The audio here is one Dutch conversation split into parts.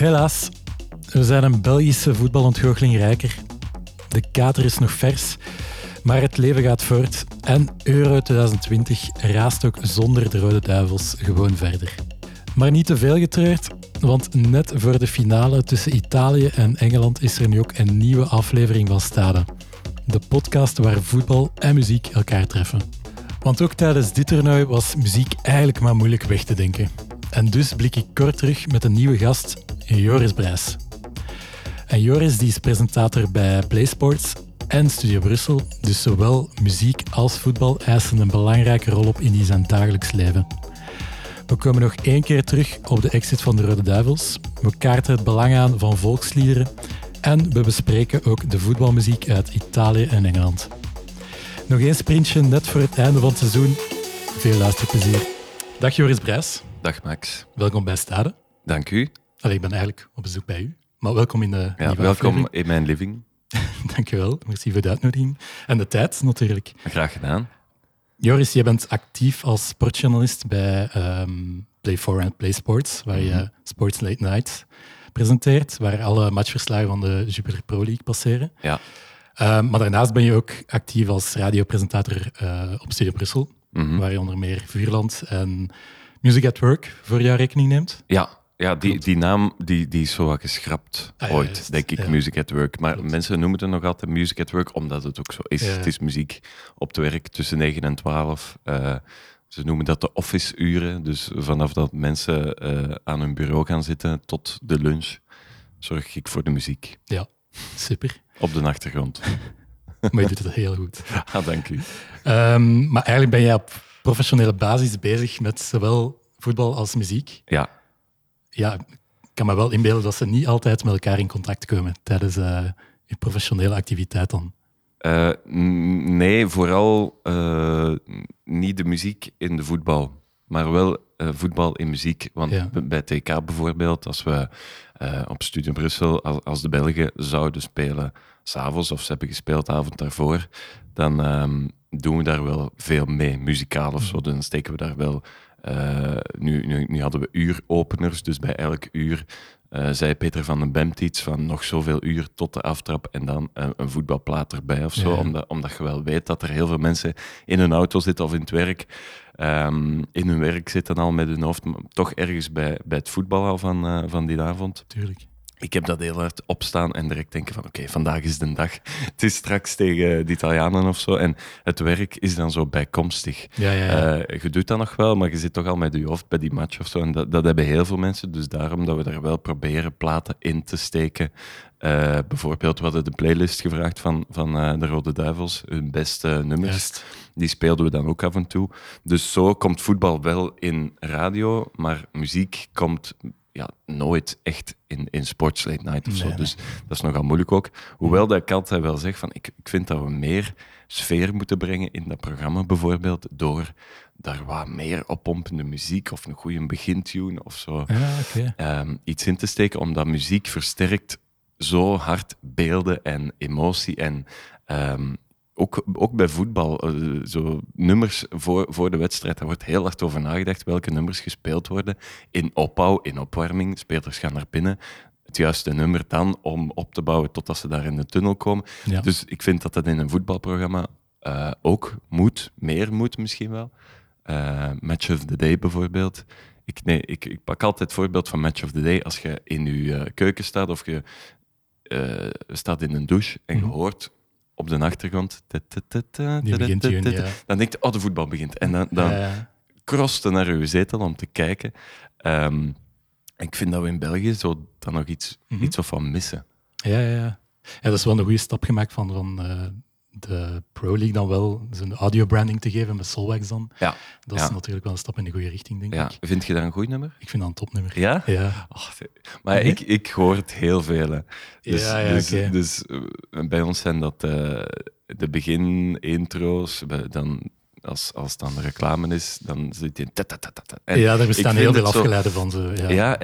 Helaas, we zijn een Belgische voetbalontgoocheling rijker. De kater is nog vers, maar het leven gaat voort. En Euro 2020 raast ook zonder de Rode Duivels gewoon verder. Maar niet te veel getreurd, want net voor de finale tussen Italië en Engeland is er nu ook een nieuwe aflevering van Stade. De podcast waar voetbal en muziek elkaar treffen. Want ook tijdens dit toernooi was muziek eigenlijk maar moeilijk weg te denken. En dus blik ik kort terug met een nieuwe gast, Joris Brijs. En Joris die is presentator bij PlaySports en Studio Brussel, dus zowel muziek als voetbal eisen een belangrijke rol op in zijn dagelijks leven. We komen nog 1 keer terug op de exit van de Rode Duivels. We kaarten het belang aan van volksliederen en we bespreken ook de voetbalmuziek uit Italië en Engeland. Nog 1 sprintje net voor het einde van het seizoen. Veel luisterplezier. Dag Joris Brijs. Dag Max. Welkom bij Stade. Dank u. Allee, ik ben eigenlijk op bezoek bij u. Maar welkom in de nieuwe welkom aflevering. In mijn living. Dankjewel. Merci voor de uitnodiging. En de tijd natuurlijk. Graag gedaan. Joris, jij bent actief als sportjournalist bij Play4 en PlaySports, waar je Sports Late Night presenteert, waar alle matchverslagen van de Jupiler Pro League passeren. Ja. Maar daarnaast ben je ook actief als radiopresentator op Studio Brussel, waar je onder meer Vuurland en Music at Work voor jouw rekening neemt. Ja, die naam die is zo wat geschrapt ooit, juist, denk ik, ja. Music at Work. Maar mensen noemen het nog altijd Music at Work, omdat het ook zo is. Ja. Het is muziek op het werk tussen 9 en 12. Ze noemen dat de office-uren. Dus vanaf dat mensen aan hun bureau gaan zitten tot de lunch, zorg ik voor de muziek. Ja, super. Op de achtergrond. Maar je doet het heel goed. Dank u. Maar eigenlijk ben jij op professionele basis bezig met zowel voetbal als muziek. Ja. Ja, ik kan me wel inbeelden dat ze niet altijd met elkaar in contact komen tijdens je professionele activiteit dan. Nee, vooral niet de muziek in de voetbal, maar wel voetbal in muziek. Want bij TK bijvoorbeeld, als we op Studio Brussel, als de Belgen zouden spelen 's avonds, of ze hebben gespeeld de avond daarvoor, dan doen we daar wel veel mee, muzikaal of zo. Dan steken we daar wel... Nu hadden we uuropeners, dus bij elk uur zei Peter van den Bemt iets van nog zoveel uur tot de aftrap en dan een voetbalplaat erbij of zo. Ja. Omdat je wel weet dat er heel veel mensen in hun auto zitten of in het werk. In hun werk zitten al met hun hoofd, maar toch ergens bij het voetbal al van die avond. Tuurlijk. Ik heb dat heel hard opstaan en direct denken van oké, vandaag is de dag. Het is straks tegen de Italianen of zo. En het werk is dan zo bijkomstig. Ja. Je doet dat nog wel, maar je zit toch al met je hoofd bij die match of zo. En dat hebben heel veel mensen. Dus daarom dat we daar wel proberen platen in te steken. Bijvoorbeeld, we hadden de playlist gevraagd van de Rode Duivels. Hun beste nummers. Juist. Die speelden we dan ook af en toe. Dus zo komt voetbal wel in radio, maar muziek komt... Ja, nooit echt in Sports Late Night of zo. Nee. Dus dat is nogal moeilijk ook. Hoewel dat ik altijd wel zeg van ik vind dat we meer sfeer moeten brengen in dat programma bijvoorbeeld door daar wat meer oppompende muziek of een goede begintune of zo Ja, oké. iets in te steken, omdat muziek versterkt zo hard beelden en emotie en ook bij voetbal, zo nummers voor de wedstrijd, daar wordt heel hard over nagedacht welke nummers gespeeld worden. In opbouw, in opwarming, spelers gaan naar binnen. Het juiste nummer dan om op te bouwen totdat ze daar in de tunnel komen. Ja. Dus ik vind dat dat in een voetbalprogramma ook meer moet misschien wel. Match of the Day bijvoorbeeld. Ik pak altijd het voorbeeld van Match of the Day als je in je keuken staat of je staat in een douche en je hoort... op de achtergrond. Die begintune, ja. Dan denk je, de voetbal begint. En dan crost je naar je zetel om te kijken. En ik vind dat we in België zo dan nog iets of van missen. Ja, dat is wel een goede stap gemaakt van de Pro League dan wel zijn audio-branding te geven met Solwax dan. Ja. Dat is natuurlijk wel een stap in de goede richting, denk ik. Vind je dat een goed nummer? Ik vind dat een topnummer. Ja? Ja. Maar ik hoor het heel veel. Hè. Oké. Dus bij ons zijn dat de begin-intro's, dan... Als dan de reclame is, dan zit je in... Ja, er bestaan heel veel afgeleiden van zo. Ja,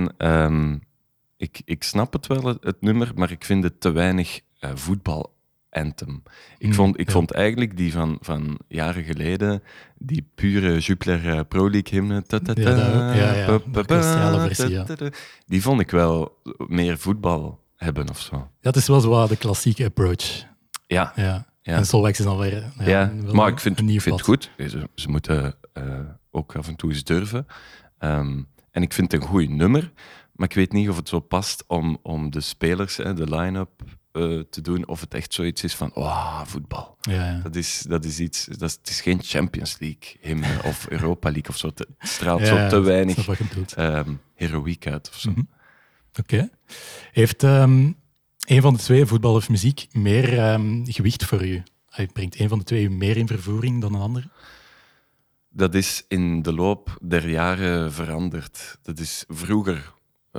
ik snap het wel, het nummer, maar ik vind het te weinig voetbal anthem. Ik vond eigenlijk die van jaren geleden, die pure Jupiler Pro League hymne, de orkestrale versie, ja. Die vond ik wel meer voetbal hebben of zo. Ja, het is wel zo de klassieke approach. Ja. En Solveig is dan weer... Maar ik vind het goed. Ze moeten ook af en toe eens durven. En ik vind het een goed nummer, maar ik weet niet of het zo past om de spelers, de line-up, te doen, of het echt zoiets is van, voetbal. Ja. Dat is iets, het is geen Champions League hymne of Europa League of zo. Het straalt zo te weinig heroïek uit of zo. Mm-hmm. Oké. Heeft een van de twee, voetbal of muziek, meer gewicht voor u? Brengt een van de twee u meer in vervoering dan een andere? Dat is in de loop der jaren veranderd. Dat is vroeger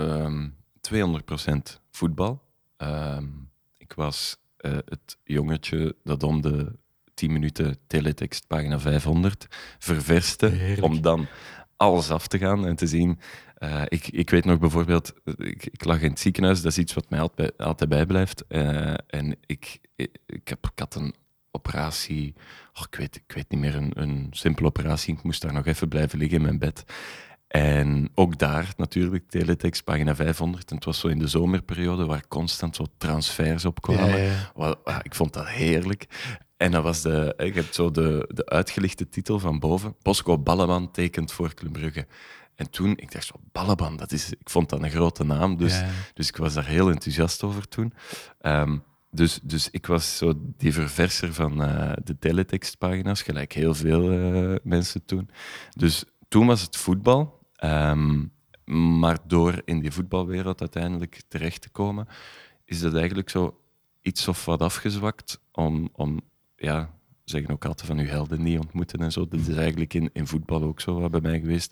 200% voetbal. Ik was het jongetje dat om de 10 minuten teletext pagina 500 ververste. Heerlijk. Om dan alles af te gaan en te zien. Ik weet nog bijvoorbeeld, ik lag in het ziekenhuis, dat is iets wat mij altijd bijblijft. En ik had een operatie, ik weet niet meer, een simpele operatie. Ik moest daar nog even blijven liggen in mijn bed. En ook daar natuurlijk, teletext, pagina 500. En het was zo in de zomerperiode waar constant zo transfers opkwamen. Ja. Ik vond dat heerlijk. En dat was ik heb zo de uitgelichte titel van boven. Bosco Balleman tekent voor Club Brugge. En toen, ik dacht zo, Balleman, ik vond dat een grote naam. Dus ik was daar heel enthousiast over toen. Dus ik was zo die ververser van de teletextpagina's, gelijk heel veel mensen toen. Dus toen was het voetbal. Maar door in die voetbalwereld uiteindelijk terecht te komen, is dat eigenlijk zo iets of wat afgezwakt om zeggen ook altijd van uw helden niet ontmoeten en zo. Dat is eigenlijk in voetbal ook zo wat bij mij geweest.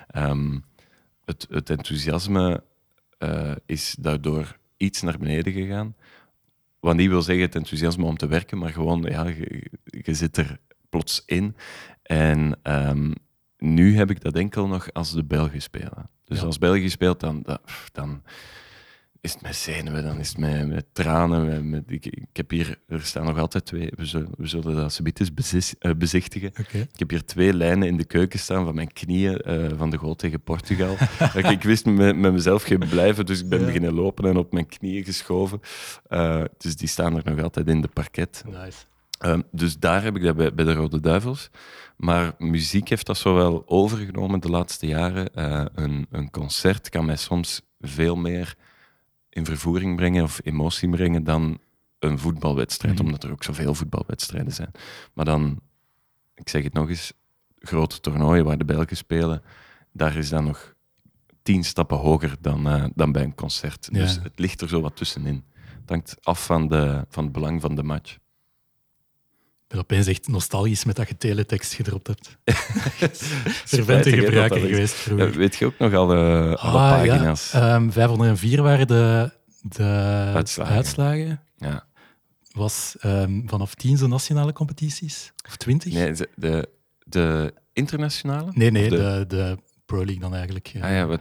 Het enthousiasme is daardoor iets naar beneden gegaan. Wat niet wil zeggen het enthousiasme om te werken, maar gewoon, je zit er plots in. En nu heb ik dat enkel nog als de Belgen spelen. Dus als België speelt, dan is het met zenuwen, dan is het met tranen. Ik heb hier, er staan nog altijd 2, we zullen dat zometeen bezichtigen. Okay. Ik heb hier 2 lijnen in de keuken staan van mijn knieën van de goal tegen Portugal. Ik wist met mezelf geen blijven, dus ik ben beginnen lopen en op mijn knieën geschoven. Dus die staan er nog altijd in de parket. Nice. Dus daar heb ik dat bij de Rode Duivels. Maar muziek heeft dat zo wel overgenomen de laatste jaren. Een concert kan mij soms veel meer in vervoering brengen of emotie brengen dan een voetbalwedstrijd, omdat er ook zoveel voetbalwedstrijden zijn. Maar dan, ik zeg het nog eens, grote toernooien waar de Belgen spelen, daar is dan nog 10 stappen hoger dan bij een concert. Ja. Dus het ligt er zo wat tussenin. Het hangt af van het belang van de match. Ik ben opeens echt nostalgisch met dat je teletext gedropt hebt. Fervente gebruiker geweest vroeger. Ja, weet je ook nog alle pagina's? Ja. 504 waren de uitslagen. Ja. Was vanaf 10 zo nationale competities? Of 20? Nee, de internationale? Nee, de Pro League dan eigenlijk. Ja.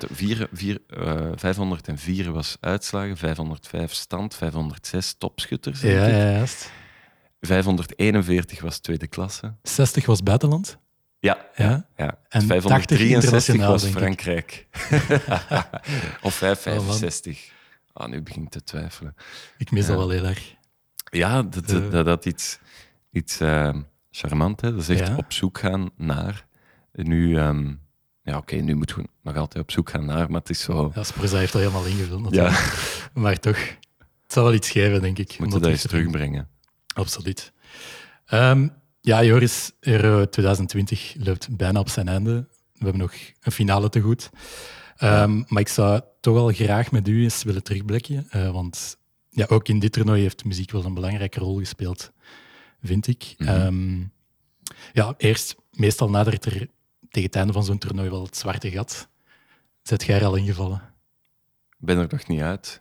504 was uitslagen, 505 stand, 506 topschutters. Ja, juist. 541 was tweede klasse. 60 was buitenland. Ja. En 563 was Frankrijk. Of 565. Nu begin ik te twijfelen. Ik mis dat wel heel erg. Ja, dat iets charmant. Hè? Dat is echt op zoek gaan naar. Nu, nu moeten we nog altijd op zoek gaan naar, maar het is zo... Ja, Sporza heeft dat helemaal ingevuld natuurlijk. Ja. Maar toch, het zal wel iets geven, denk ik. Moeten dat eens terugbrengen. Absoluut. Joris, Euro 2020 loopt bijna op zijn einde. We hebben nog een finale te goed. Maar ik zou toch wel graag met u eens willen terugblikken. Want ook in dit toernooi heeft muziek wel een belangrijke rol gespeeld, vind ik. Mm-hmm. Eerst, meestal nadert er tegen het einde van zo'n toernooi wel het zwarte gat. Zet jij er al ingevallen? Ik ben er nog niet uit.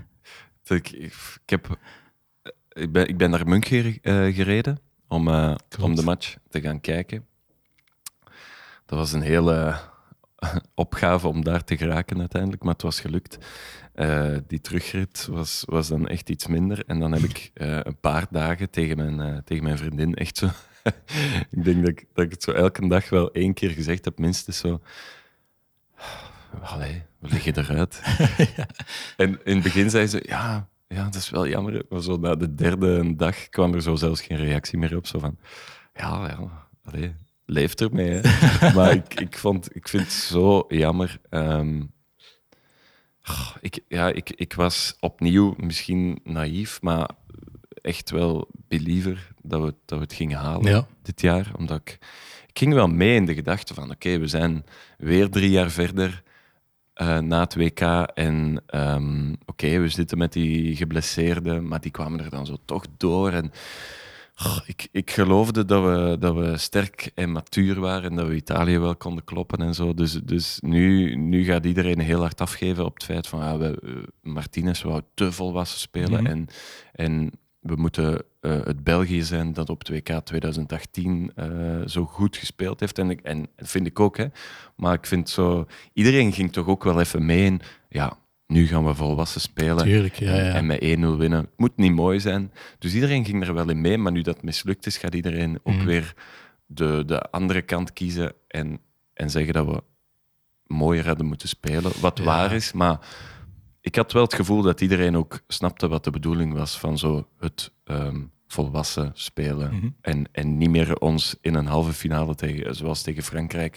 Ik ben naar München gereden om de match te gaan kijken. Dat was een hele opgave om daar te geraken uiteindelijk, maar het was gelukt. Die terugrit was dan echt iets minder. En dan heb ik een paar dagen tegen mijn vriendin echt zo... ik denk dat ik het zo elke dag wel 1 keer gezegd heb, minstens zo... Allee, we liggen eruit. Ja. En in het begin zei ze, ja, dat is wel jammer. Maar zo na de 3e dag kwam er zo zelfs geen reactie meer op. Zo van, ja, allee, leef ermee. Hè. Maar ik vind het zo jammer. Ik was opnieuw misschien naïef, maar echt wel believer dat we het gingen halen dit jaar. Omdat ik ging wel mee in de gedachte van, oké, we zijn weer 3 jaar verder na het WK. En we zitten met die geblesseerden, maar die kwamen er dan zo toch door. En ik geloofde dat we sterk en matuur waren en dat we Italië wel konden kloppen en zo. Dus nu gaat iedereen heel hard afgeven op het feit van Martinez wou te volwassen spelen. Mm-hmm. En we moeten het België zijn dat op het WK 2018 zo goed gespeeld heeft. En vind ik ook, hè. Maar ik vind zo... Iedereen ging toch ook wel even mee in... Ja, nu gaan we volwassen spelen. Tuurlijk, en met 1-0 winnen. Het moet niet mooi zijn. Dus iedereen ging er wel in mee. Maar nu dat het mislukt is, gaat iedereen ook weer de andere kant kiezen en zeggen dat we mooier hadden moeten spelen. Wat waar is, maar... Ik had wel het gevoel dat iedereen ook snapte wat de bedoeling was van zo het volwassen spelen. Mm-hmm. En niet meer ons in een halve finale zoals tegen Frankrijk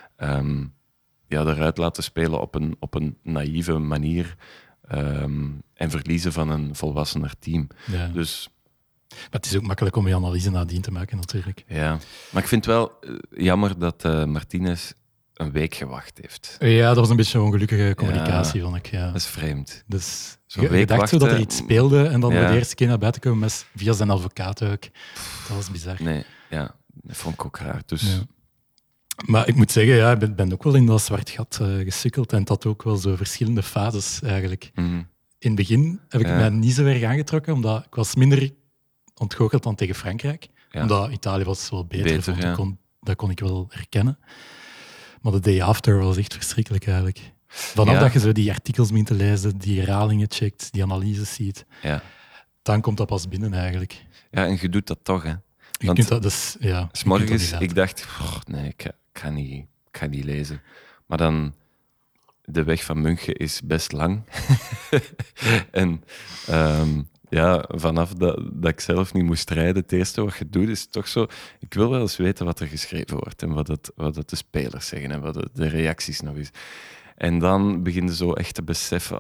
eruit laten spelen op een naïeve manier en verliezen van een volwassener team. Ja. Dus, maar het is ook makkelijk om je analyse nadien te maken natuurlijk. Ja, maar ik vind het wel jammer dat Martinez een week gewacht heeft. Ja, dat was een beetje een ongelukkige communicatie, vond ik. Ja. Dat is vreemd. Dus je dacht zo dat er iets speelde en dan de eerste keer naar buiten komen via zijn advocaat ook. Dat was bizar. Nee, ja, dat vond ik ook raar. Dus... Ja. Maar ik moet zeggen, ik ben ook wel in dat zwart gat gesukkeld en het had ook wel zo verschillende fases eigenlijk. Mm-hmm. In het begin heb ik mij niet zo erg aangetrokken, omdat ik was minder ontgoocheld dan tegen Frankrijk. Ja. Omdat Italië was wel beter vond. Dat kon ik wel herkennen. Maar de day after was echt verschrikkelijk eigenlijk. Vanaf dat je zo die artikels begint te lezen, die herhalingen checkt, die analyses ziet, dan komt dat pas binnen eigenlijk. Ja, en je doet dat toch, hè? Je kunt dat dus, ja. 's morgens, ik dacht, nee, ik ga niet lezen. Maar dan, de weg van München is best lang. En vanaf dat ik zelf niet moest rijden, het eerste wat je doet is toch zo... Ik wil wel eens weten wat er geschreven wordt en wat de spelers zeggen en wat de reacties nog is. En dan begin je zo echt te beseffen...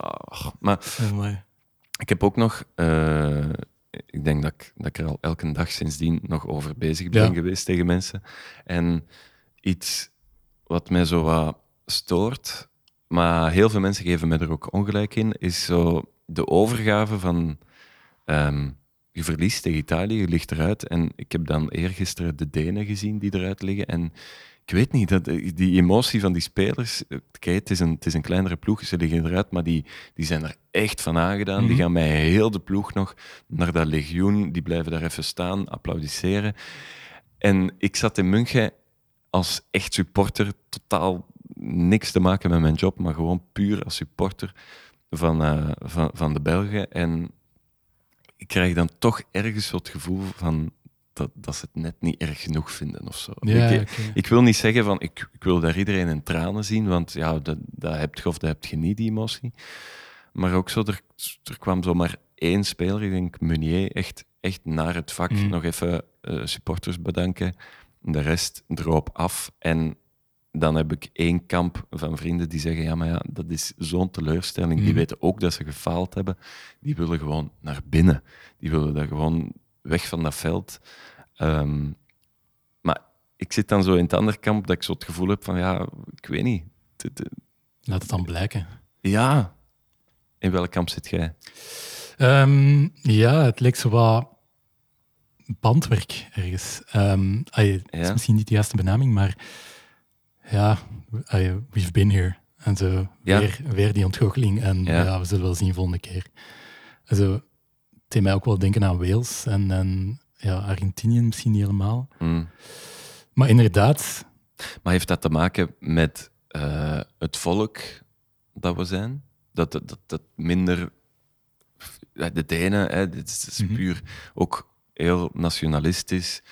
ik heb ook nog... ik denk dat ik er al elke dag sindsdien nog over bezig ben geweest tegen mensen. En iets wat mij zo wat stoort, maar heel veel mensen geven mij er ook ongelijk in, is zo de overgave van... je verliest tegen Italië, je ligt eruit. En ik heb dan eergisteren de Denen gezien die eruit liggen. En ik weet niet, die emotie van die spelers... Kijk, het is een kleinere ploeg, ze liggen eruit, maar die zijn er echt van aangedaan. Mm-hmm. Die gaan met heel de ploeg nog naar dat legioen. Die blijven daar even staan, applaudisseren. En ik zat in München als echt supporter, totaal niks te maken met mijn job, maar gewoon puur als supporter van de Belgen. En ik krijg dan toch ergens zo het gevoel van dat ze het net niet erg genoeg vinden of zo. Ja, ik wil niet zeggen van ik wil daar iedereen in tranen zien, want ja, dat heb je of dat heb je niet, die emotie. Maar ook zo, er kwam zomaar 1 speler, ik denk Meunier, echt naar het vak, nog even supporters bedanken. De rest droop af. En dan heb ik 1 kamp van vrienden die zeggen, dat is zo'n teleurstelling. Die weten ook dat ze gefaald hebben. Die willen gewoon naar binnen. Die willen daar gewoon weg van dat veld. Maar ik zit dan zo in het andere kamp dat ik zo het gevoel heb van, ik weet niet. Laat het dan blijken. Ja. In welk kamp zit jij? Het leek zo wat bandwerk ergens. Het is misschien niet de juiste benaming, maar we've been here. En zo weer die ontgoocheling. En we zullen wel zien volgende keer. Also, het deed mij ook wel denken aan Wales en Argentinië misschien niet helemaal. Maar inderdaad... Maar heeft dat te maken met het volk dat we zijn. Dat minder... De Denen, hè, dit is puur ook heel nationalistisch.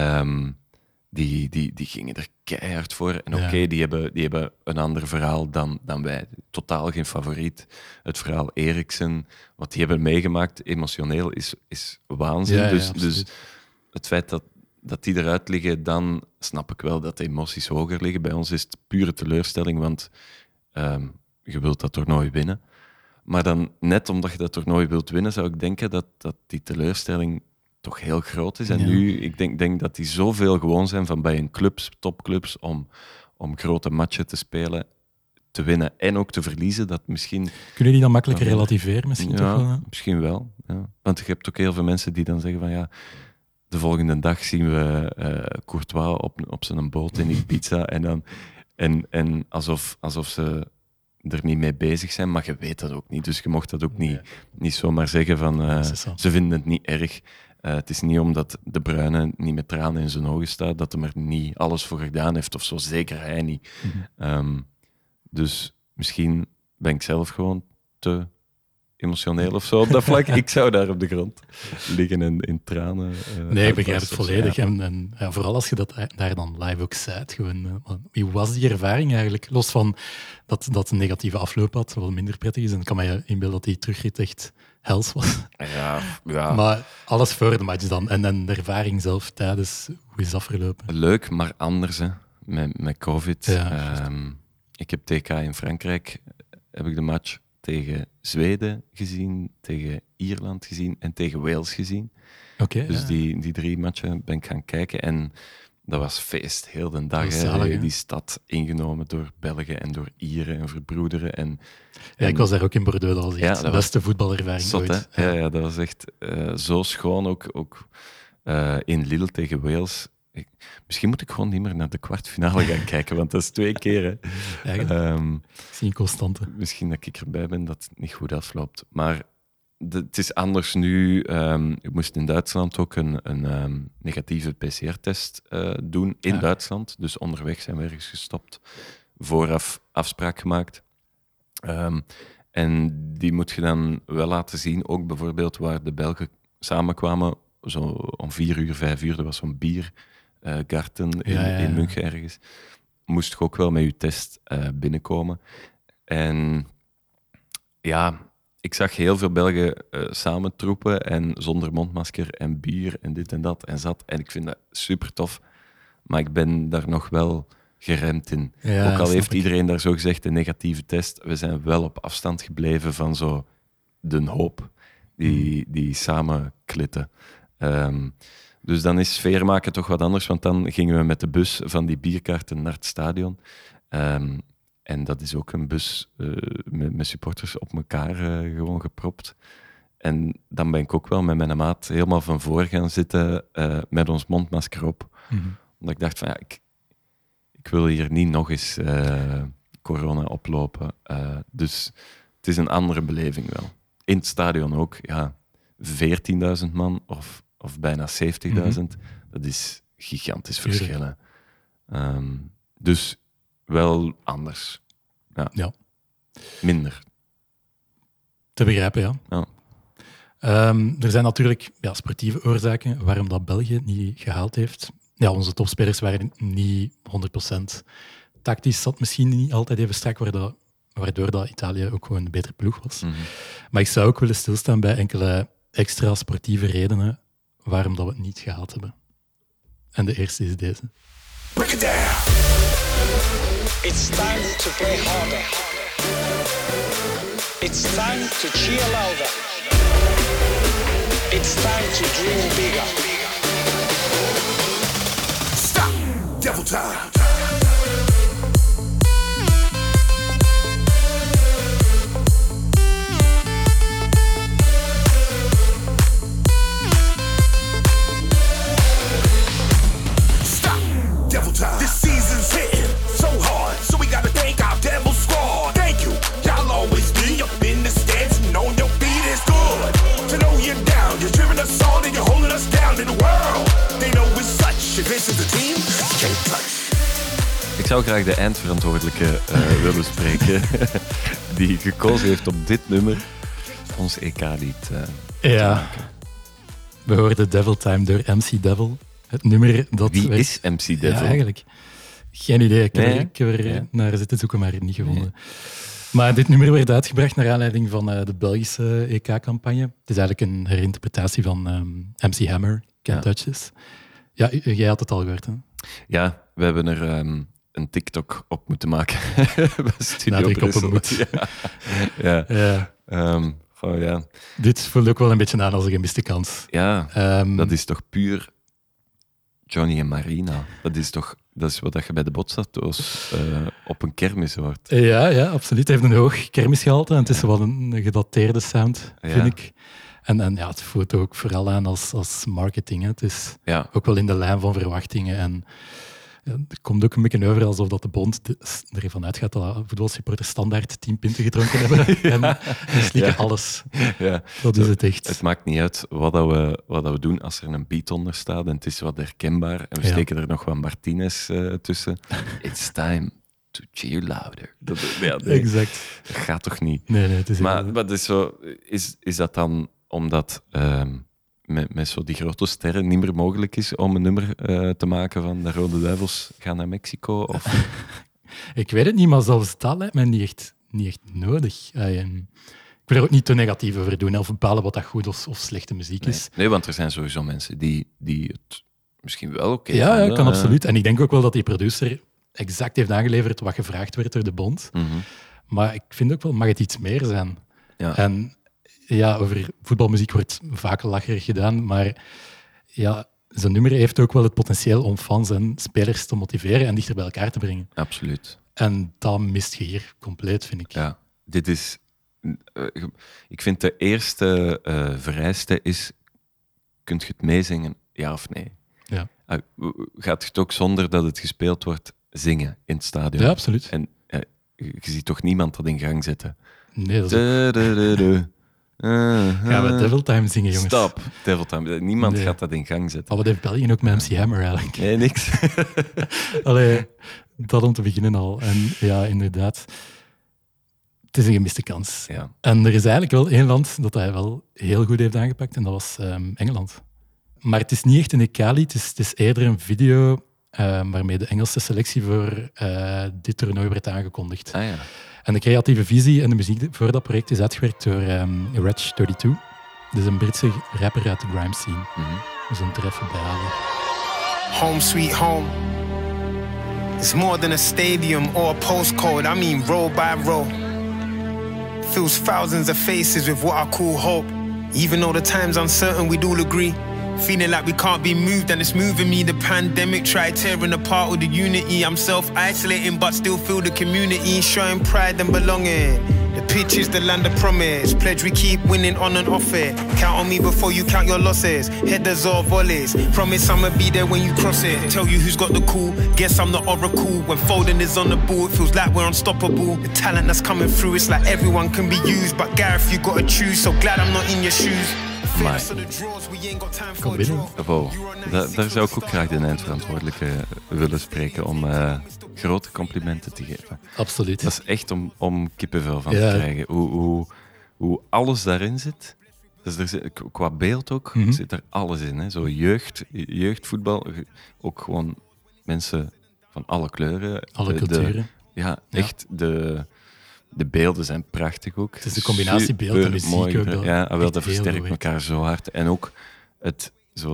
Die gingen er keihard voor. En oké, die hebben een ander verhaal dan wij. Totaal geen favoriet. Het verhaal Eriksen, wat die hebben meegemaakt, emotioneel, is waanzin. Ja, dus het feit dat die eruit liggen, dan snap ik wel dat de emoties hoger liggen. Bij ons is het pure teleurstelling, want je wilt dat toernooi winnen. Maar dan, net omdat je dat toernooi wilt winnen, zou ik denken dat die teleurstelling toch heel groot is. En nu, ik denk dat die zoveel gewoon zijn van bij een clubs, topclubs, om grote matchen te spelen, te winnen en ook te verliezen. Dat misschien... Kunnen die dan makkelijker relativeren? Misschien ja, toch wel? Misschien wel. Ja. Want je hebt ook heel veel mensen die dan zeggen van ja, de volgende dag zien we Courtois op zijn boot in Ibiza en alsof ze er niet mee bezig zijn, maar je weet dat ook niet. Dus je mocht dat ook niet zomaar zeggen van ze vinden het niet erg. Het is niet omdat De Bruyne niet met tranen in zijn ogen staat, dat hij er niet alles voor gedaan heeft, of zo, zeker hij niet. Dus misschien ben ik zelf gewoon te emotioneel of zo op dat vlak. Ik zou daar op de grond liggen en in tranen. Nee, ik begrijp het volledig. Ja. En vooral als je dat daar dan live ook zei. Wie was die ervaring eigenlijk? Los van dat een negatieve afloop had, wat minder prettig is. En ik kan me inbeelden dat die terugrit echt hels was. Ja. Maar alles voor de match dan. En de ervaring zelf tijdens, hoe is dat verlopen? Leuk, maar anders, hè. Met COVID. Ja, ik heb TK in Frankrijk, heb ik de match tegen Zweden gezien, tegen Ierland gezien en tegen Wales gezien. Dus die 3 matchen ben ik gaan kijken en dat was feest, heel de dag. Zalig, die stad ingenomen door Belgen en door Ieren en verbroederen. En ik was daar ook in Bordeaux, dat was echt de beste voetbalervaring zot, ooit. Ja, dat was echt zo schoon, ook in Lille tegen Wales. Misschien moet ik gewoon niet meer naar de kwartfinale gaan kijken, want dat is 2 keer. Ik zie een constante. Misschien dat ik erbij ben dat het niet goed afloopt. Maar het is anders nu. Ik moest in Duitsland ook een negatieve PCR-test doen in Duitsland. Dus onderweg zijn we ergens gestopt. Vooraf afspraak gemaakt. En die moet je dan wel laten zien. Ook bijvoorbeeld waar de Belgen samenkwamen. Zo om 4 uur, 5 uur. Er was zo'n biergarten in München ergens. Moest je ook wel met je test binnenkomen. En ja, ik zag heel veel Belgen samen troepen en zonder mondmasker en bier en dit en dat en zat. En ik vind dat super tof. Maar ik ben daar nog wel geremd in. Ja, ook al heeft iedereen daar zo gezegd een negatieve test, we zijn wel op afstand gebleven van zo de hoop die samen klitten. Dus dan is sfeer maken toch wat anders, want dan gingen we met de bus van die bierkaarten naar het stadion. En dat is ook een bus met supporters op elkaar gewoon gepropt. En dan ben ik ook wel met mijn maat helemaal van voor gaan zitten met ons mondmasker op. Omdat ik dacht van ja, ik wil hier niet nog eens corona oplopen. Dus het is een andere beleving wel. In het stadion ook, ja, 14.000 man of bijna 70.000. Dat is gigantisch verschil. Dus wel anders. Ja. Minder. Te begrijpen, ja. Er zijn natuurlijk sportieve oorzaken waarom dat België niet gehaald heeft. Ja, onze topspelers waren niet 100%. Tactisch zat misschien niet altijd even strak, waardoor dat Italië ook gewoon een betere ploeg was. Maar ik zou ook willen stilstaan bij enkele extra sportieve redenen waarom dat we het niet gehaald hebben. En de eerste is deze. Break it down. It's time to play harder. It's time to cheer louder. It's time to dream bigger. Stop! Devil time! This season's hitting so hard, so we gotta thank our devil squad. Thank you, y'all always be up in the stands and on your feet is good. To know you're down, you're cheering us on and you're holding us down in the world. They know we're such, if this is the team, you can't touch. Ik zou graag de eindverantwoordelijke willen spreken, die gekozen heeft op dit nummer ons EK-lied te maken. We hoorden Devil Time door MC Devil. Het nummer dat... Wie is MC Devil? Ja, eigenlijk. Geen idee. Ik heb er naar zitten zoeken, maar niet gevonden. Nee. Maar dit nummer werd uitgebracht naar aanleiding van de Belgische EK-campagne. Het is eigenlijk een herinterpretatie van MC Hammer, Can't Touch This. Ja, jij had het al gehoord, hè? Ja, we hebben er een TikTok op moeten maken. Bij Studio Brussel. Ja. Dit voelt ook wel een beetje aan als een gemiste kans. Ja, dat is toch puur Johnny en Marina. Dat is wat je bij de Botsato's op een kermis hoort. Ja, absoluut. Het heeft een hoog kermisgehalte en het is wel een gedateerde sound, vind ik. En het voelt ook vooral aan als marketing. Hè. Het is ook wel in de lijn van verwachtingen. En het komt ook een beetje over alsof dat de bond ervan uitgaat dat voetbalsupporters standaard 10 pinten gedronken hebben. En slikken alles. Ja. Dat is het echt. Het maakt niet uit wat we doen als er een beat onder staat en het is wat herkenbaar. En we steken er nog wat Martinez tussen. It's time to cheer louder. Exact. Dat gaat toch niet? Nee, het is maar het is zo... Is dat dan omdat... Met zo die grote sterren niet meer mogelijk is om een nummer te maken van de Rode Duivels gaan naar Mexico? Of? Ik weet het niet, maar zelfs dat lijkt mij niet echt nodig. Ik wil er ook niet te negatief over doen of bepalen wat dat goed of slechte muziek is. Nee, want er zijn sowieso mensen die het misschien wel oké vinden. Ja, kan absoluut. En ik denk ook wel dat die producer exact heeft aangeleverd wat gevraagd werd door de bond. Mm-hmm. Maar ik vind ook wel, mag het iets meer zijn? Ja. En over voetbalmuziek wordt vaak lacherig gedaan, maar zijn nummer heeft ook wel het potentieel om fans en spelers te motiveren en dichter bij elkaar te brengen. Absoluut. En dat mist je hier compleet, vind ik. Ja, dit is... ik vind de eerste vereiste is, kunt je het meezingen, ja of nee? Ja. Gaat het ook zonder dat het gespeeld wordt zingen in het stadion? Ja, absoluut. En je ziet toch niemand dat in gang zetten? Nee, dat is Gaan we Devil Time zingen, jongens? Stop, Devil Time. Niemand gaat dat in gang zetten. Wat heeft België ook met MC Hammer eigenlijk? Nee, niks. Allee, dat om te beginnen al. En ja, inderdaad, het is een gemiste kans. Ja. En er is eigenlijk wel één land dat hij wel heel goed heeft aangepakt, en dat was Engeland. Maar het is niet echt een EK-lied, het is eerder een video waarmee de Engelse selectie voor dit toernooi werd aangekondigd. Ah, ja. En de creatieve visie en de muziek voor dat project is uitgewerkt door Reg32. Dat is een Britse rapper uit de grime scene. Mm-hmm. Dus een treffen bij halen. Home sweet home. It's more than a stadium or a postcode. I mean row by row. Fills thousands of faces with what I call hope. Even though the time's uncertain, we'd all agree. Feeling like we can't be moved and it's moving me. The pandemic tried tearing apart all the unity. I'm self-isolating but still feel the community. Showing pride and belonging. The pitch is the land of promise. Pledge we keep winning on and off it. Count on me before you count your losses. Headers or volleys. Promise I'ma be there when you cross it. Tell you who's got the cool. Guess I'm the oracle. When Foden is on the ball, it feels like we're unstoppable. The talent that's coming through, it's like everyone can be used. But Gareth, you gotta choose. So glad I'm not in your shoes. Maar, kom binnen. Wow. Daar zou ik ook graag de eindverantwoordelijke willen spreken om grote complimenten te geven. Absoluut. Dat is echt om kippenvel van te krijgen. Hoe alles daarin zit. Dus qua beeld ook zit er alles in. Hè. Zo jeugdvoetbal, ook gewoon mensen van alle kleuren. Alle culturen. Echt de beelden zijn prachtig ook. Het is de combinatie beeld en muziek mooi, ook. Dat versterkt elkaar zo hard. En ook het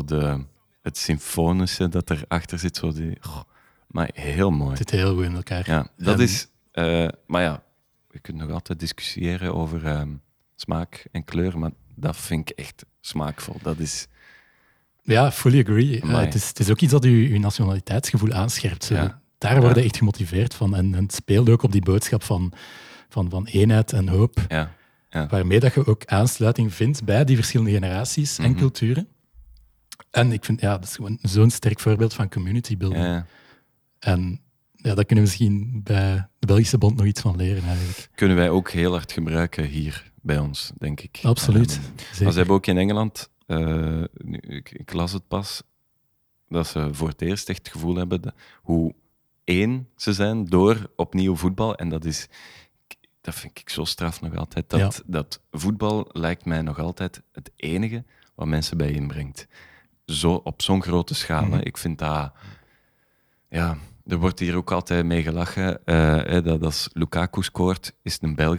symfonische dat erachter zit. Maar heel mooi. Het zit heel goed in elkaar. Ja, dat is... maar ja, we kunnen nog altijd discussiëren over smaak en kleur, maar dat vind ik echt smaakvol. Dat is... Ja, fully agree. Het is ook iets dat je nationaliteitsgevoel aanscherpt. Ja. Daar word je echt gemotiveerd van. En het speelt ook op die boodschap van eenheid en hoop. Ja. Waarmee dat je ook aansluiting vindt bij die verschillende generaties en culturen. En ik vind, dat is gewoon zo'n sterk voorbeeld van community building. Ja. En daar kunnen we misschien bij de Belgische Bond nog iets van leren eigenlijk. Kunnen wij ook heel hard gebruiken hier bij ons, denk ik. Absoluut. Maar ze hebben ook in Engeland, ik las het pas, dat ze voor het eerst echt het gevoel hebben hoe één ze zijn door opnieuw voetbal. En dat vind ik zo straf nog altijd. Dat voetbal lijkt mij nog altijd het enige wat mensen bijeenbrengt. Zo, op zo'n grote schaal. Hè. Ik vind dat... Ja, er wordt hier ook altijd mee gelachen. Dat als Lukaku scoort, is het een Belg.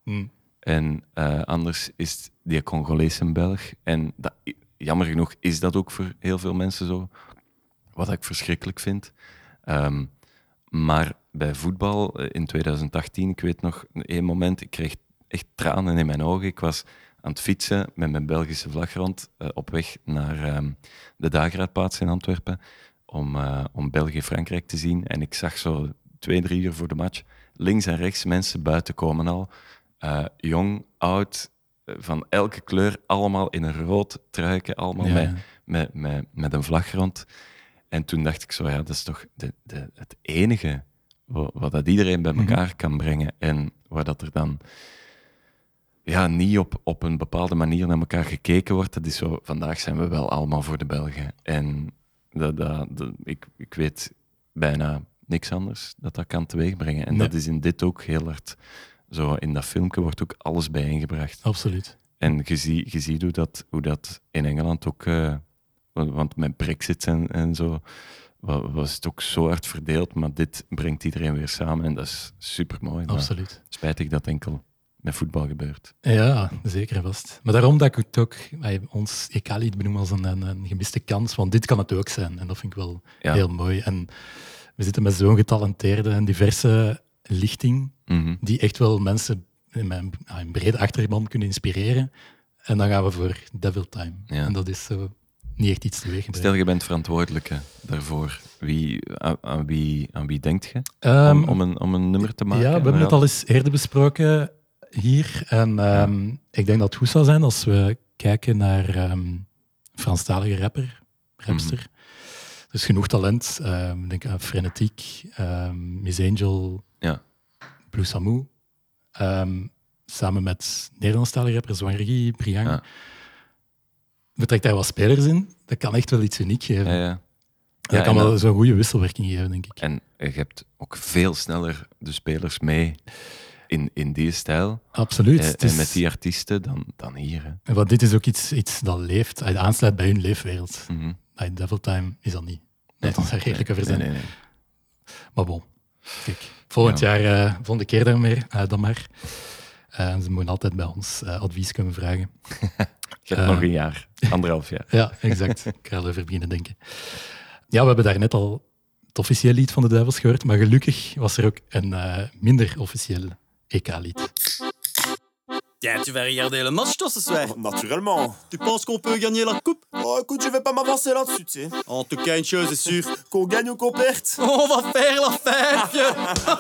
En anders is die Congolees een Belg. En jammer genoeg is dat ook voor heel veel mensen zo. Wat ik verschrikkelijk vind. Maar bij voetbal in 2018, ik weet nog één moment, ik kreeg echt tranen in mijn ogen. Ik was aan het fietsen met mijn Belgische vlag rond op weg naar de Dageraadplaats in Antwerpen om België-Frankrijk te zien. En ik zag zo 2-3 uur voor de match links en rechts mensen buiten komen al. Jong, oud, van elke kleur, allemaal in een rood truiken, allemaal met een vlag rond. En toen dacht ik zo, ja, dat is toch het enige wat dat iedereen bij elkaar kan brengen. En waar dat er dan niet op een bepaalde manier naar elkaar gekeken wordt. Dat is zo, vandaag zijn we wel allemaal voor de Belgen. En ik weet bijna niks anders dat kan teweegbrengen. En dat is in dit ook heel hard. Zo, in dat filmpje wordt ook alles bijeengebracht. Absoluut. En je ziet hoe dat in Engeland ook... want met Brexit en zo was het ook zo hard verdeeld, maar dit brengt iedereen weer samen en dat is supermooi. Absoluut. Spijtig dat enkel met voetbal gebeurt. Ja, zeker en vast. Maar daarom dat ik het ook ons EK-lied benoem als een gemiste kans, want dit kan het ook zijn en dat vind ik wel heel mooi. En we zitten met zo'n getalenteerde en diverse lichting die echt wel mensen in een brede achterban kunnen inspireren. En dan gaan we voor Devil Time. Ja. En dat is zo niet echt iets teweeg. Stel, je bent verantwoordelijke daarvoor. Aan wie denkt je om een nummer te maken? Ja, we hebben het al eens eerder besproken hier. En ik denk dat het goed zou zijn als we kijken naar Franstalige rapster. Er is genoeg talent. Ik denk aan Frenetic, Miss Angel, Blue Samu. Samen met Nederlandstalige rapper Zwangergie, Briang. Ja. We trekken daar wat spelers in. Dat kan echt wel iets uniek geven. Dat kan wel zo'n goede wisselwerking geven, denk ik. En je hebt ook veel sneller de spelers mee in die stijl. Absoluut. En met die artiesten dan hier. Hè. Want dit is ook iets dat leeft, aansluit bij hun leefwereld. Devil Time is dat niet. Dat ons daar redelijk over zijn. Nee. Maar bon, kijk. Volgende keer dan maar. Ze moeten altijd bij ons advies kunnen vragen. Je hebt nog een jaar, 1,5 jaar. Ja, exact. Ik ga erover beginnen denken. Ja, we hebben daarnet al het officieel lied van de Duivels gehoord, maar gelukkig was er ook een minder officieel EK-lied. Tiens, tu vas regarder le match, toi, ce soir? Naturellement. Tu penses qu'on peut gagner la coupe? Oh, écoute, je vais pas m'avancer là-dessus, tu sais. En tout cas, une chose est sûre. Qu'on gagne ou qu'on perde. On va faire la fête, vieux.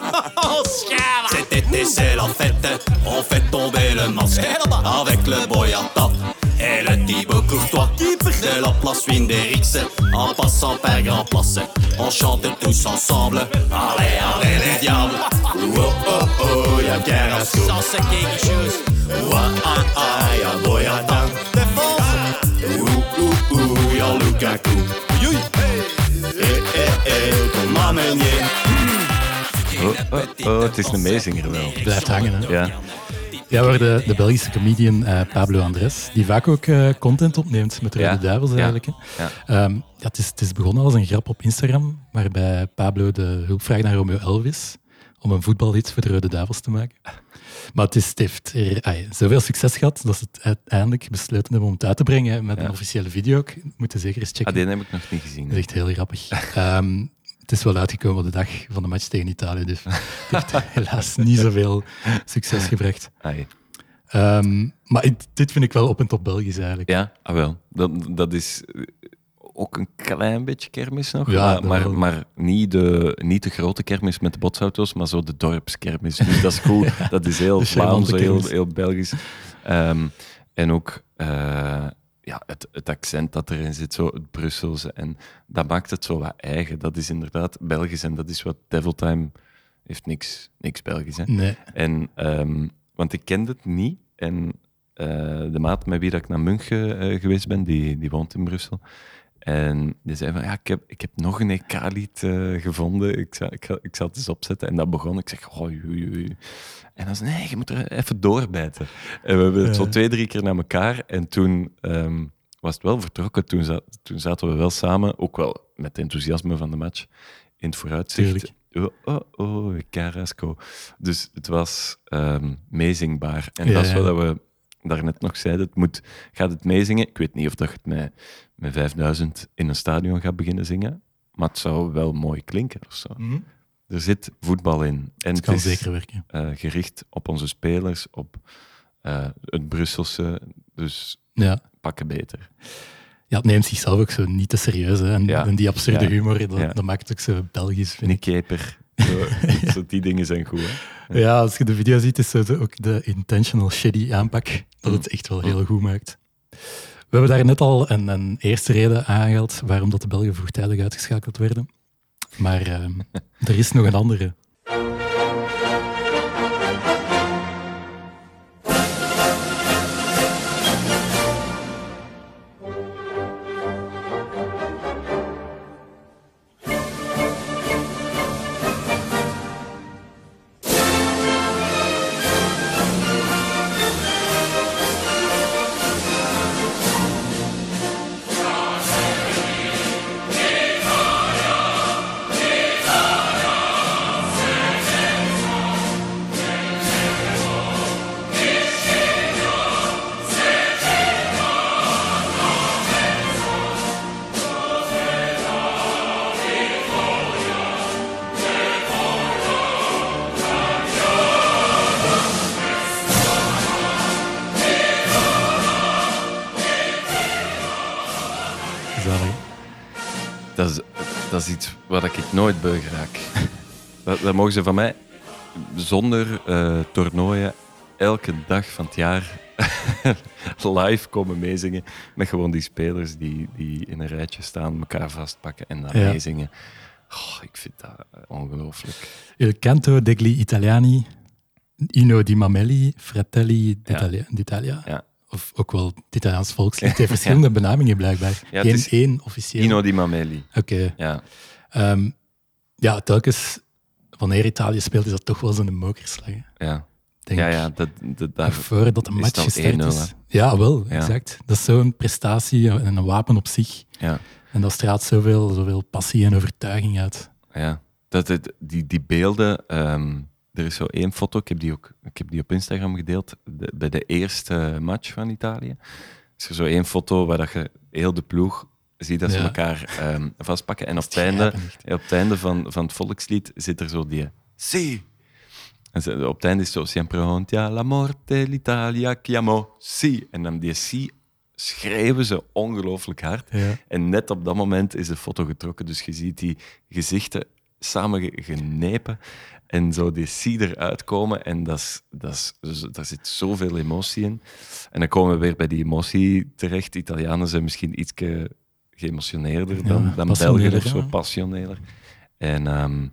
Cet été, c'est la fête. On fait tomber le masque. Avec le Boyata et le Thibaut Courtois. De la place Winderix, en passant par Grand Place. On chante tous ensemble. Allez, allez, les diables. Oh, oh, oh, y'a Carrasco. Ça, c'est quelque chose. Y'a Boyata. Y'a Lukaku. Ton Meunier. Het is een meezinger wel. Blijft hangen, hè? Ja. Ja, waar de Belgische comedian Pablo Andres, die vaak ook content opneemt met de Rode Duivels eigenlijk. Het is begonnen als een grap op Instagram, waarbij Pablo de hulp vraagt naar Romeo Elvis om een voetbalhit voor de Rode Duivels te maken. Maar het heeft zoveel succes gehad dat ze het uiteindelijk besloten hebben om het uit te brengen met een officiële video. Moeten zeker eens checken. Die heb ik nog niet gezien. Dat is echt heel grappig. Het is wel uitgekomen op de dag van de match tegen Italië, dus het heeft helaas niet zoveel succes gebracht. Maar dit vind ik wel op en top Belgisch eigenlijk. Ja, wel. Dat is ook een klein beetje kermis nog, ja, maar niet de grote kermis met de botsauto's, maar zo de dorpskermis. Dus dat is cool. Dat is heel Vlaams, heel Belgisch. En ook het accent dat erin zit, zo het Brusselse. En dat maakt het zo wat eigen. Dat is inderdaad Belgisch en dat is wat Devil Time heeft niks Belgisch. Hè? Nee. En, want ik kende het niet. En de maat met wie dat ik naar München geweest ben, die woont in Brussel. En die zei van, ik heb nog een EK-lied gevonden. Ik zal het eens opzetten. En dat begon. Ik zeg, oei. En dan zei nee, je moet er even doorbijten. En we hebben het zo 2-3 keer naar elkaar. En toen was het wel vertrokken. Toen zaten we wel samen, ook wel met enthousiasme van de match, in het vooruitzicht. Carrasco. Dus het was meezingbaar. En dat is wat we daarnet nog zeiden. Gaat het meezingen? Ik weet niet of dat het met 5000 in een stadion gaat beginnen zingen, maar het zou wel mooi klinken of zo. Mm-hmm. Er zit voetbal in. En het kan is, zeker werken. Gericht op onze spelers, op het Brusselse. Dus pakken beter. Ja, het neemt zichzelf ook zo niet te serieus. Hè. En die absurde humor, dat maakt het ook zo Belgisch, vind ik. Nick Keper. Zo die dingen zijn goed, hè? Ja, als je de video ziet, is het ook de intentional shitty aanpak dat het echt wel heel goed maakt. We hebben daar net al een eerste reden aangehaald waarom dat de Belgen vroegtijdig uitgeschakeld werden. Maar er is nog een andere. Dat is iets waar ik nooit beu raak. Dat mogen ze van mij zonder toernooien elke dag van het jaar live komen meezingen. Met gewoon die spelers die in een rijtje staan, elkaar vastpakken en dan meezingen. Oh, ik vind dat ongelooflijk. Il canto degli italiani, Inno di Mameli, Fratelli d'Italia. Ja. Of ook wel het Italiaans volkslied. Het heeft verschillende benamingen blijkbaar. Ja, geen één officieel. Inno di Mameli. Oké. Ja. Telkens wanneer Italië speelt, is dat toch wel zo'n mokerslag. Ja. Denk, dat voordat de match gestart is. 1-0, ja, wel, exact. Dat is zo'n prestatie en een wapen op zich. Ja. En dat straalt zoveel passie en overtuiging uit. Ja, die beelden... er is zo één foto, ik heb die op Instagram gedeeld, bij de eerste match van Italië. Is er zo één foto waar dat je heel de ploeg ziet dat ze elkaar vastpakken. En op het einde van het volkslied zit er zo die Si. En op het einde is het zo Sempre hontia la morte l'Italia chiamo Si. En dan die Si schreeuwen ze ongelooflijk hard. Ja. En net op dat moment is de foto getrokken. Dus je ziet die gezichten samen genepen en zo die Si eruit komen. En daar zit zoveel emotie in. En dan komen we weer bij die emotie terecht. Italianen zijn misschien iets geëmotioneerder dan Belgen of zo, passioneler. En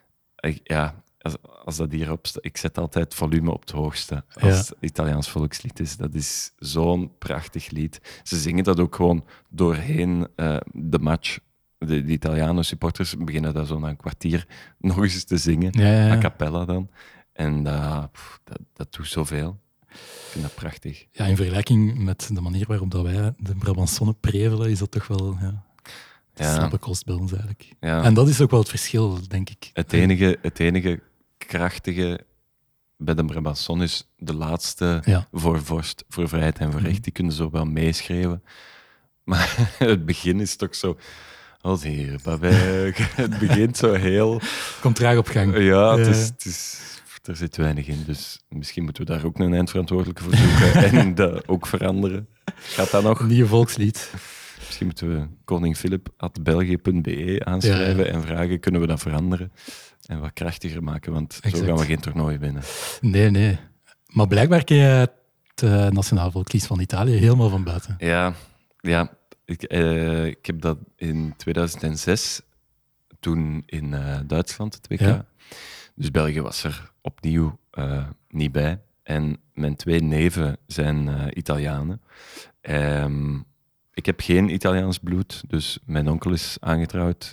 als dat hierop staat, ik zet altijd volume op het hoogste als het Italiaans volkslied is. Dat is zo'n prachtig lied. Ze zingen dat ook gewoon doorheen de match. De Italiaanse supporters beginnen dat zo na een kwartier nog eens te zingen, a cappella dan. En dat doet zoveel. Ik vind dat prachtig. Ja, in vergelijking met de manier waarop dat wij de Brabançonnen prevelen, is dat toch wel slappe kost bij ons eigenlijk. Ja. En dat is ook wel het verschil, denk ik. Het enige krachtige bij de Brabançon is de laatste voor vorst, voor vrijheid en voor recht. Die kunnen zo wel meeschreeuwen. Maar het begin is toch zo... Als hier, het begint zo heel... Komt traag op gang. Ja, er zit weinig in. Dus misschien moeten we daar ook een eindverantwoordelijke voor zoeken en dat ook veranderen. Gaat dat nog? Een nieuw volkslied. Misschien moeten we koningphilip@belgië.be aanschrijven en vragen, kunnen we dat veranderen? En wat krachtiger maken, want zo gaan we geen toernooi winnen. Nee. Maar blijkbaar ken je het nationaal volkslied van Italië helemaal van buiten. Ja. Ik heb dat in 2006, toen in Duitsland, het WK. Ja. Dus België was er opnieuw niet bij. En mijn 2 neven zijn Italianen. Ik heb geen Italiaans bloed, dus mijn onkel is aangetrouwd,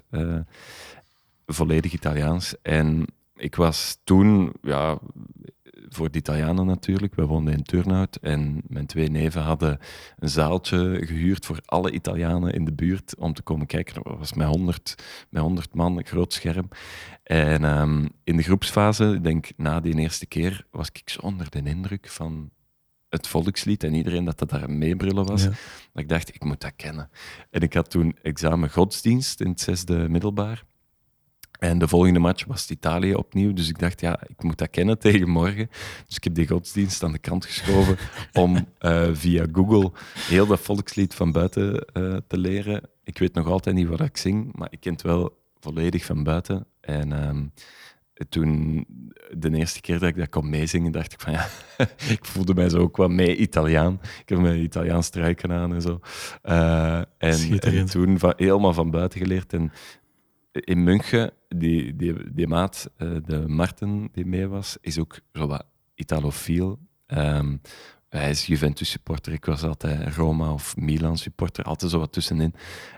volledig Italiaans. En ik was toen, voor de Italianen natuurlijk, we woonden in Turnhout en mijn 2 neven hadden een zaaltje gehuurd voor alle Italianen in de buurt om te komen kijken. Dat was met 100 man, een groot scherm. En in de groepsfase, ik denk na die eerste keer, was ik zo onder de indruk van het volkslied en iedereen dat daar meebrullen was. Ja. Dat ik dacht, ik moet dat kennen. En ik had toen examen godsdienst in het 6e middelbaar. En de volgende match was Italië opnieuw. Dus ik dacht, ik moet dat kennen tegen morgen. Dus ik heb die godsdienst aan de kant geschoven om via Google heel dat volkslied van buiten te leren. Ik weet nog altijd niet wat ik zing, maar ik ken het wel volledig van buiten. En toen, de eerste keer dat ik dat kon meezingen, dacht ik van ik voelde mij zo ook wat mee Italiaan. Ik heb mijn Italiaans struiken aan en zo. En toen helemaal van buiten geleerd. En in München, die maat, de Marten die mee was, is ook zo wat Italofiel. Hij is Juventus-supporter, ik was altijd Roma of Milan-supporter, altijd zo wat tussenin.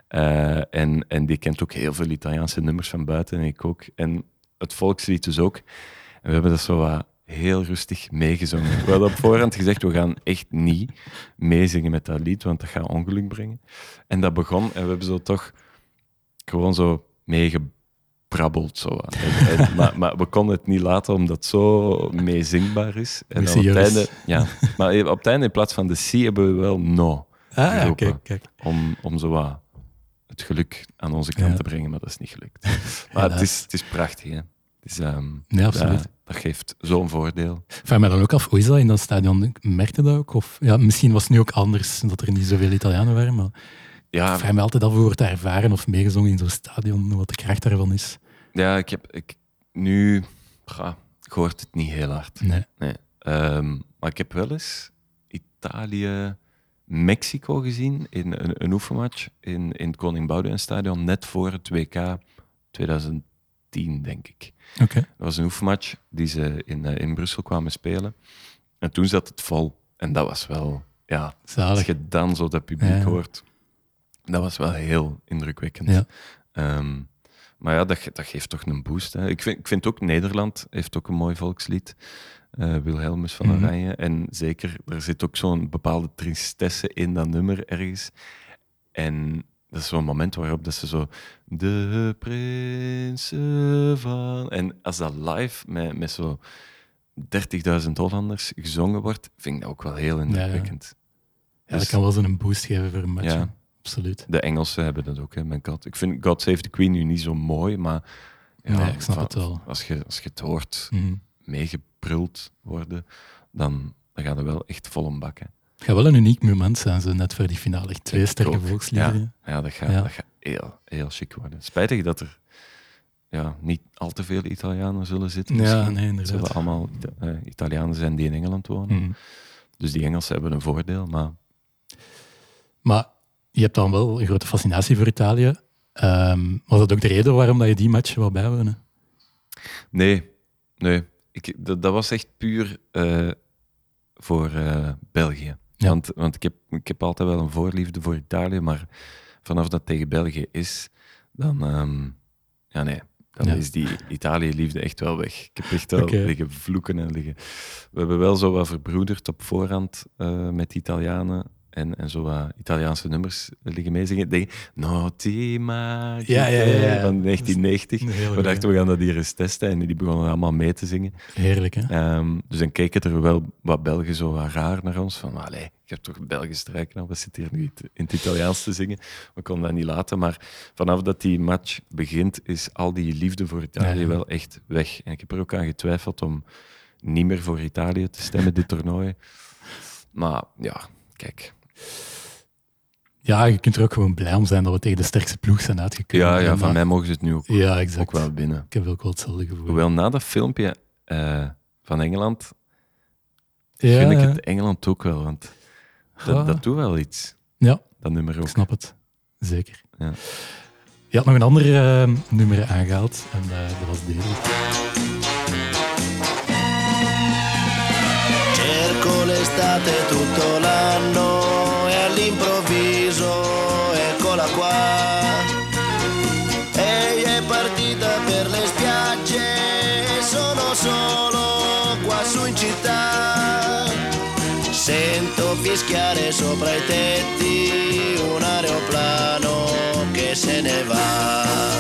En die kent ook heel veel Italiaanse nummers van buiten, en ik ook. En het volkslied dus ook. En we hebben dat zo wat heel rustig meegezongen. We hadden op voorhand gezegd, we gaan echt niet meezingen met dat lied, want dat gaat ongeluk brengen. En dat begon, en we hebben zo toch gewoon zo meegebrabbeld. Zo. Maar we konden het niet laten, omdat het zo meezingbaar is. En dan op het einde, maar op het einde, in plaats van de C, hebben we wel no geroepen. Kijk. Om zo wat het geluk aan onze kant te brengen, maar dat is niet gelukt. Maar het is prachtig, hè. Het is, absoluut. Dat geeft zo'n voordeel. Vraag me dan ook af, hoe is dat in dat stadion? Merkte dat ook? Of, misschien was het nu ook anders, dat er niet zoveel Italianen waren, maar ik vraag me altijd af hoe wordt ervaren of meegezongen in zo'n stadion, wat de kracht daarvan is. Ja, ik hoort het niet heel hard. Nee. Maar ik heb wel eens Italië-Mexico gezien in een oefenmatch in het Koning Boudewijnstadion, net voor het WK 2010, denk ik. Okay. Dat was een oefenmatch die ze in Brussel kwamen spelen. En toen zat het vol. En dat was wel... Ja, zalig. Als je dan zo dat publiek hoort, dat was wel heel indrukwekkend. Ja. Maar ja, dat geeft toch een boost. Hè. Ik vind ook Nederland heeft ook een mooi volkslied. Wilhelmus van Oranje. En zeker, er zit ook zo'n bepaalde tristesse in dat nummer ergens. En dat is zo'n moment waarop dat ze zo... De prinsen van... En als dat live met zo 30.000 Hollanders gezongen wordt, vind ik dat ook wel heel indrukwekkend. Ja, dat kan wel zo'n boost geven voor een match. Ja. Absoluut. De Engelsen hebben dat ook, hè, mijn God. Ik vind God Save the Queen nu niet zo mooi, maar... Ja, ik snap het wel. Als je het hoort meegeprult worden, dan gaat het wel echt vol een bak. Hè. Het gaat wel een uniek moment zijn, zo net voor die finale. 2 sterke volksliederen. Ja, dat gaat heel, heel chic worden. Spijtig dat er niet al te veel Italianen zullen zitten. Ja, nee, inderdaad. Zullen allemaal Italianen zijn die in Engeland wonen. Dus die Engelsen hebben een voordeel, Maar je hebt dan wel een grote fascinatie voor Italië. Was dat ook de reden waarom dat je die match wou bijwonen? Nee. Dat was echt puur voor België. Ja. Want ik heb altijd wel een voorliefde voor Italië, maar vanaf dat tegen België is, dan is die Italië-liefde echt wel weg. Ik heb echt wel liggen vloeken en liggen... We hebben wel zo wat verbroederd op voorhand met Italianen en zo wat Italiaanse nummers liggen meezingen. Noti Maggiore van 1990. We dachten, we gaan dat hier eens testen en die begonnen allemaal mee te zingen. Heerlijk, hè? Dus dan keken er wel wat Belgen zo wat raar naar ons. Van, ik heb toch een Belgisch strijk, nou, we zitten hier nu in het Italiaans te zingen. We konden dat niet laten, maar vanaf dat die match begint, is al die liefde voor Italië wel echt weg. En ik heb er ook aan getwijfeld om niet meer voor Italië te stemmen, dit toernooi. Maar ja, kijk... Ja, je kunt er ook gewoon blij om zijn dat we tegen de sterkste ploeg zijn uitgekomen. Ja, van mij mogen ze het nu ook wel binnen. Ik heb ook wel hetzelfde gevoel. Hoewel, na dat filmpje van Engeland, vind ik het Engeland ook wel, want dat doet wel iets. Ja, dat nummer ook. Ik snap het. Zeker. Ja. Je had nog een ander nummer aangehaald en dat was deze. Cerco l'estate tutto l'anno e all'improvviso fischiare sopra i tetti un aeroplano che se ne va.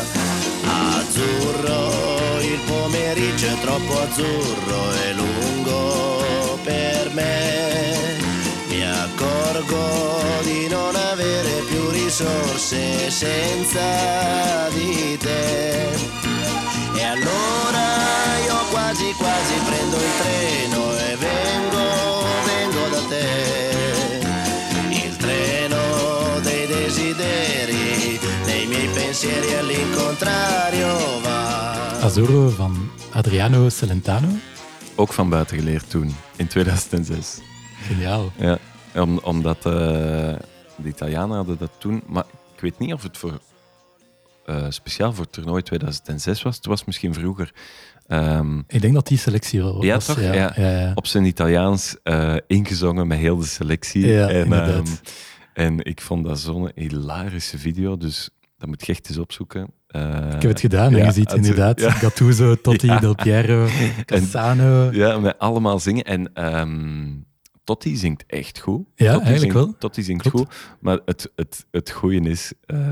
Azzurro, il pomeriggio è troppo azzurro e lungo per me. Mi accorgo di non avere più risorse senza di te. E allora io quasi quasi prendo il treno e vengo da te. Il treno dei desideri, dei miei pensieri all'incontrario va. Azzurro van Adriano Celentano. Ook van buiten geleerd toen, in 2006. Geniaal. Ja, omdat de Italianen hadden dat toen... Maar ik weet niet of het voor speciaal voor het toernooi 2006 was. Het was misschien vroeger. Ik denk dat die selectie wel was. Ja, toch? Ja. Op zijn Italiaans ingezongen met heel de selectie. Ja, inderdaad. En ik vond dat zo'n hilarische video, dus dat moet je echt eens opzoeken. Ik heb het gedaan en je ziet inderdaad Gattuso, Totti, Del Piero, Cassano. Ja, met allemaal zingen. En Totti zingt echt goed. Ja, eigenlijk wel. Totti zingt goed. Maar het goeie is,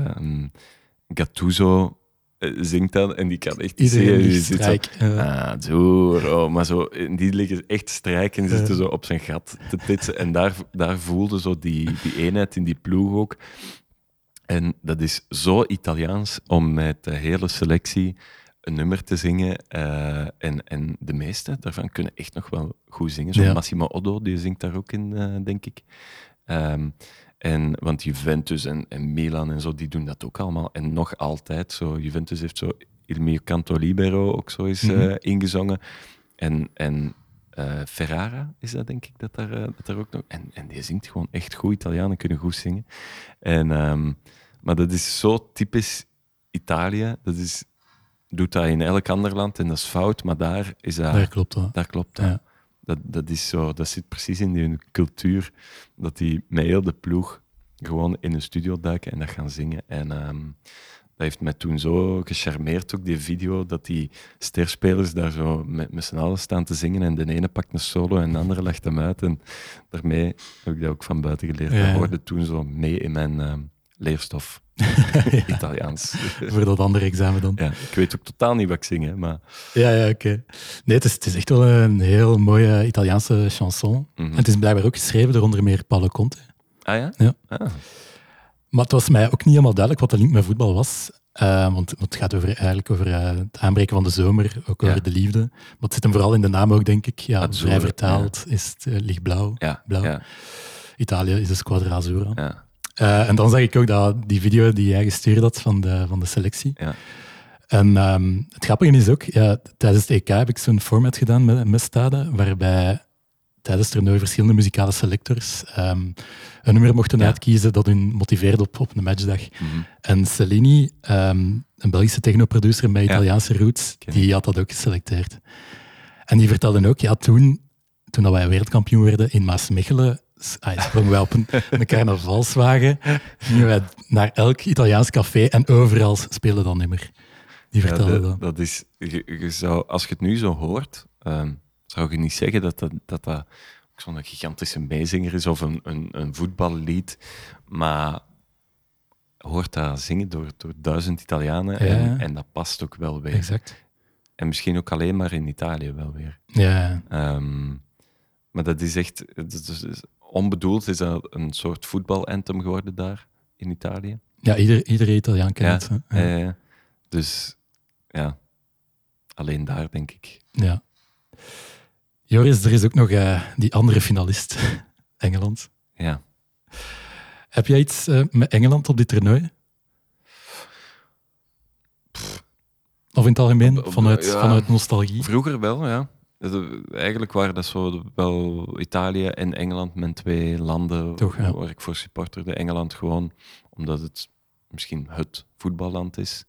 Gattuso zingt dan en die kan echt strijk. Maar zo, die liggen echt strijken en zitten zo op zijn gat te pitsen. En daar voelde zo die eenheid in die ploeg ook. En dat is zo Italiaans om met de hele selectie een nummer te zingen. En de meeste daarvan kunnen echt nog wel goed zingen. Zo Massimo Oddo, die zingt daar ook in, denk ik. Want Juventus en Milan en zo, die doen dat ook allemaal. En nog altijd. Zo, Juventus heeft zo Il mio canto libero ook zo eens ingezongen. En Ferrara is dat, denk ik, dat daar ook nog... En die zingt gewoon echt goed. Italianen kunnen goed zingen. Maar dat is zo typisch Italië. Doet dat in elk ander land en dat is fout, maar daar is dat... Daar klopt dat. Daar klopt dat. Ja. Dat is zo, dat zit precies in die cultuur, dat die met heel de ploeg gewoon in een studio duiken en dat gaan zingen. En dat heeft mij toen zo gecharmeerd, ook die video, dat die sterspelers daar zo met z'n allen staan te zingen en de ene pakt een solo en de andere legt hem uit. En daarmee heb ik dat ook van buiten geleerd. Ja. Dat hoorde toen zo mee in mijn leerstof. Italiaans. Voor dat andere examen dan. Ja, ik weet ook totaal niet wat ik zing, hè, maar... Ja, oké. Nee, het is echt wel een heel mooie Italiaanse chanson. Mm-hmm. En het is blijkbaar ook geschreven door onder meer Paolo Conte. Ah ja? Ja. Ah. Maar het was mij ook niet helemaal duidelijk wat de link met voetbal was. Want het gaat eigenlijk over het aanbreken van de zomer, ook over de liefde. Maar het zit hem vooral in de naam ook, denk ik. Ja, vrij vertaald is het lichtblauw. Blauw. Ja. Italië is de Squadra Azzurra. Ja. En dan zag ik ook dat die video die jij gestuurd had van de selectie. Ja. En het grappige is ook, tijdens het EK heb ik zo'n format gedaan met Stade, waarbij tijdens het toernooi verschillende muzikale selectors een nummer mochten uitkiezen dat hun motiveerde op een matchdag. Mm-hmm. En Cellini, een Belgische technoproducer met Italiaanse roots, die had dat ook geselecteerd. En die vertelde ook, toen wij wereldkampioen werden in Maasmechelen, sprongen wij op een carnavalswagen, gingen wij naar elk Italiaans café en overal spelen dat nummer. Die vertelde dat is, je zou, als je het nu zo hoort, zou je niet zeggen dat zo'n gigantische meezinger is of een voetballied, maar hoort dat zingen door 1000 Italianen en dat past ook wel weer. Exact. En misschien ook alleen maar in Italië wel weer. Ja. Maar dat is echt... onbedoeld is dat een soort voetbalanthem geworden daar in Italië. Ja, iedere Italiaan kent het. Ja. Dus ja, alleen daar, denk ik. Ja. Joris, er is ook nog die andere finalist, Engeland. Ja. Heb jij iets met Engeland op dit toernooi? Of in het algemeen, vanuit nostalgie? Vroeger wel, ja. Eigenlijk waren dat zo wel Italië en Engeland mijn twee landen waar ik voor supporterde. Engeland gewoon omdat het misschien het voetballand is.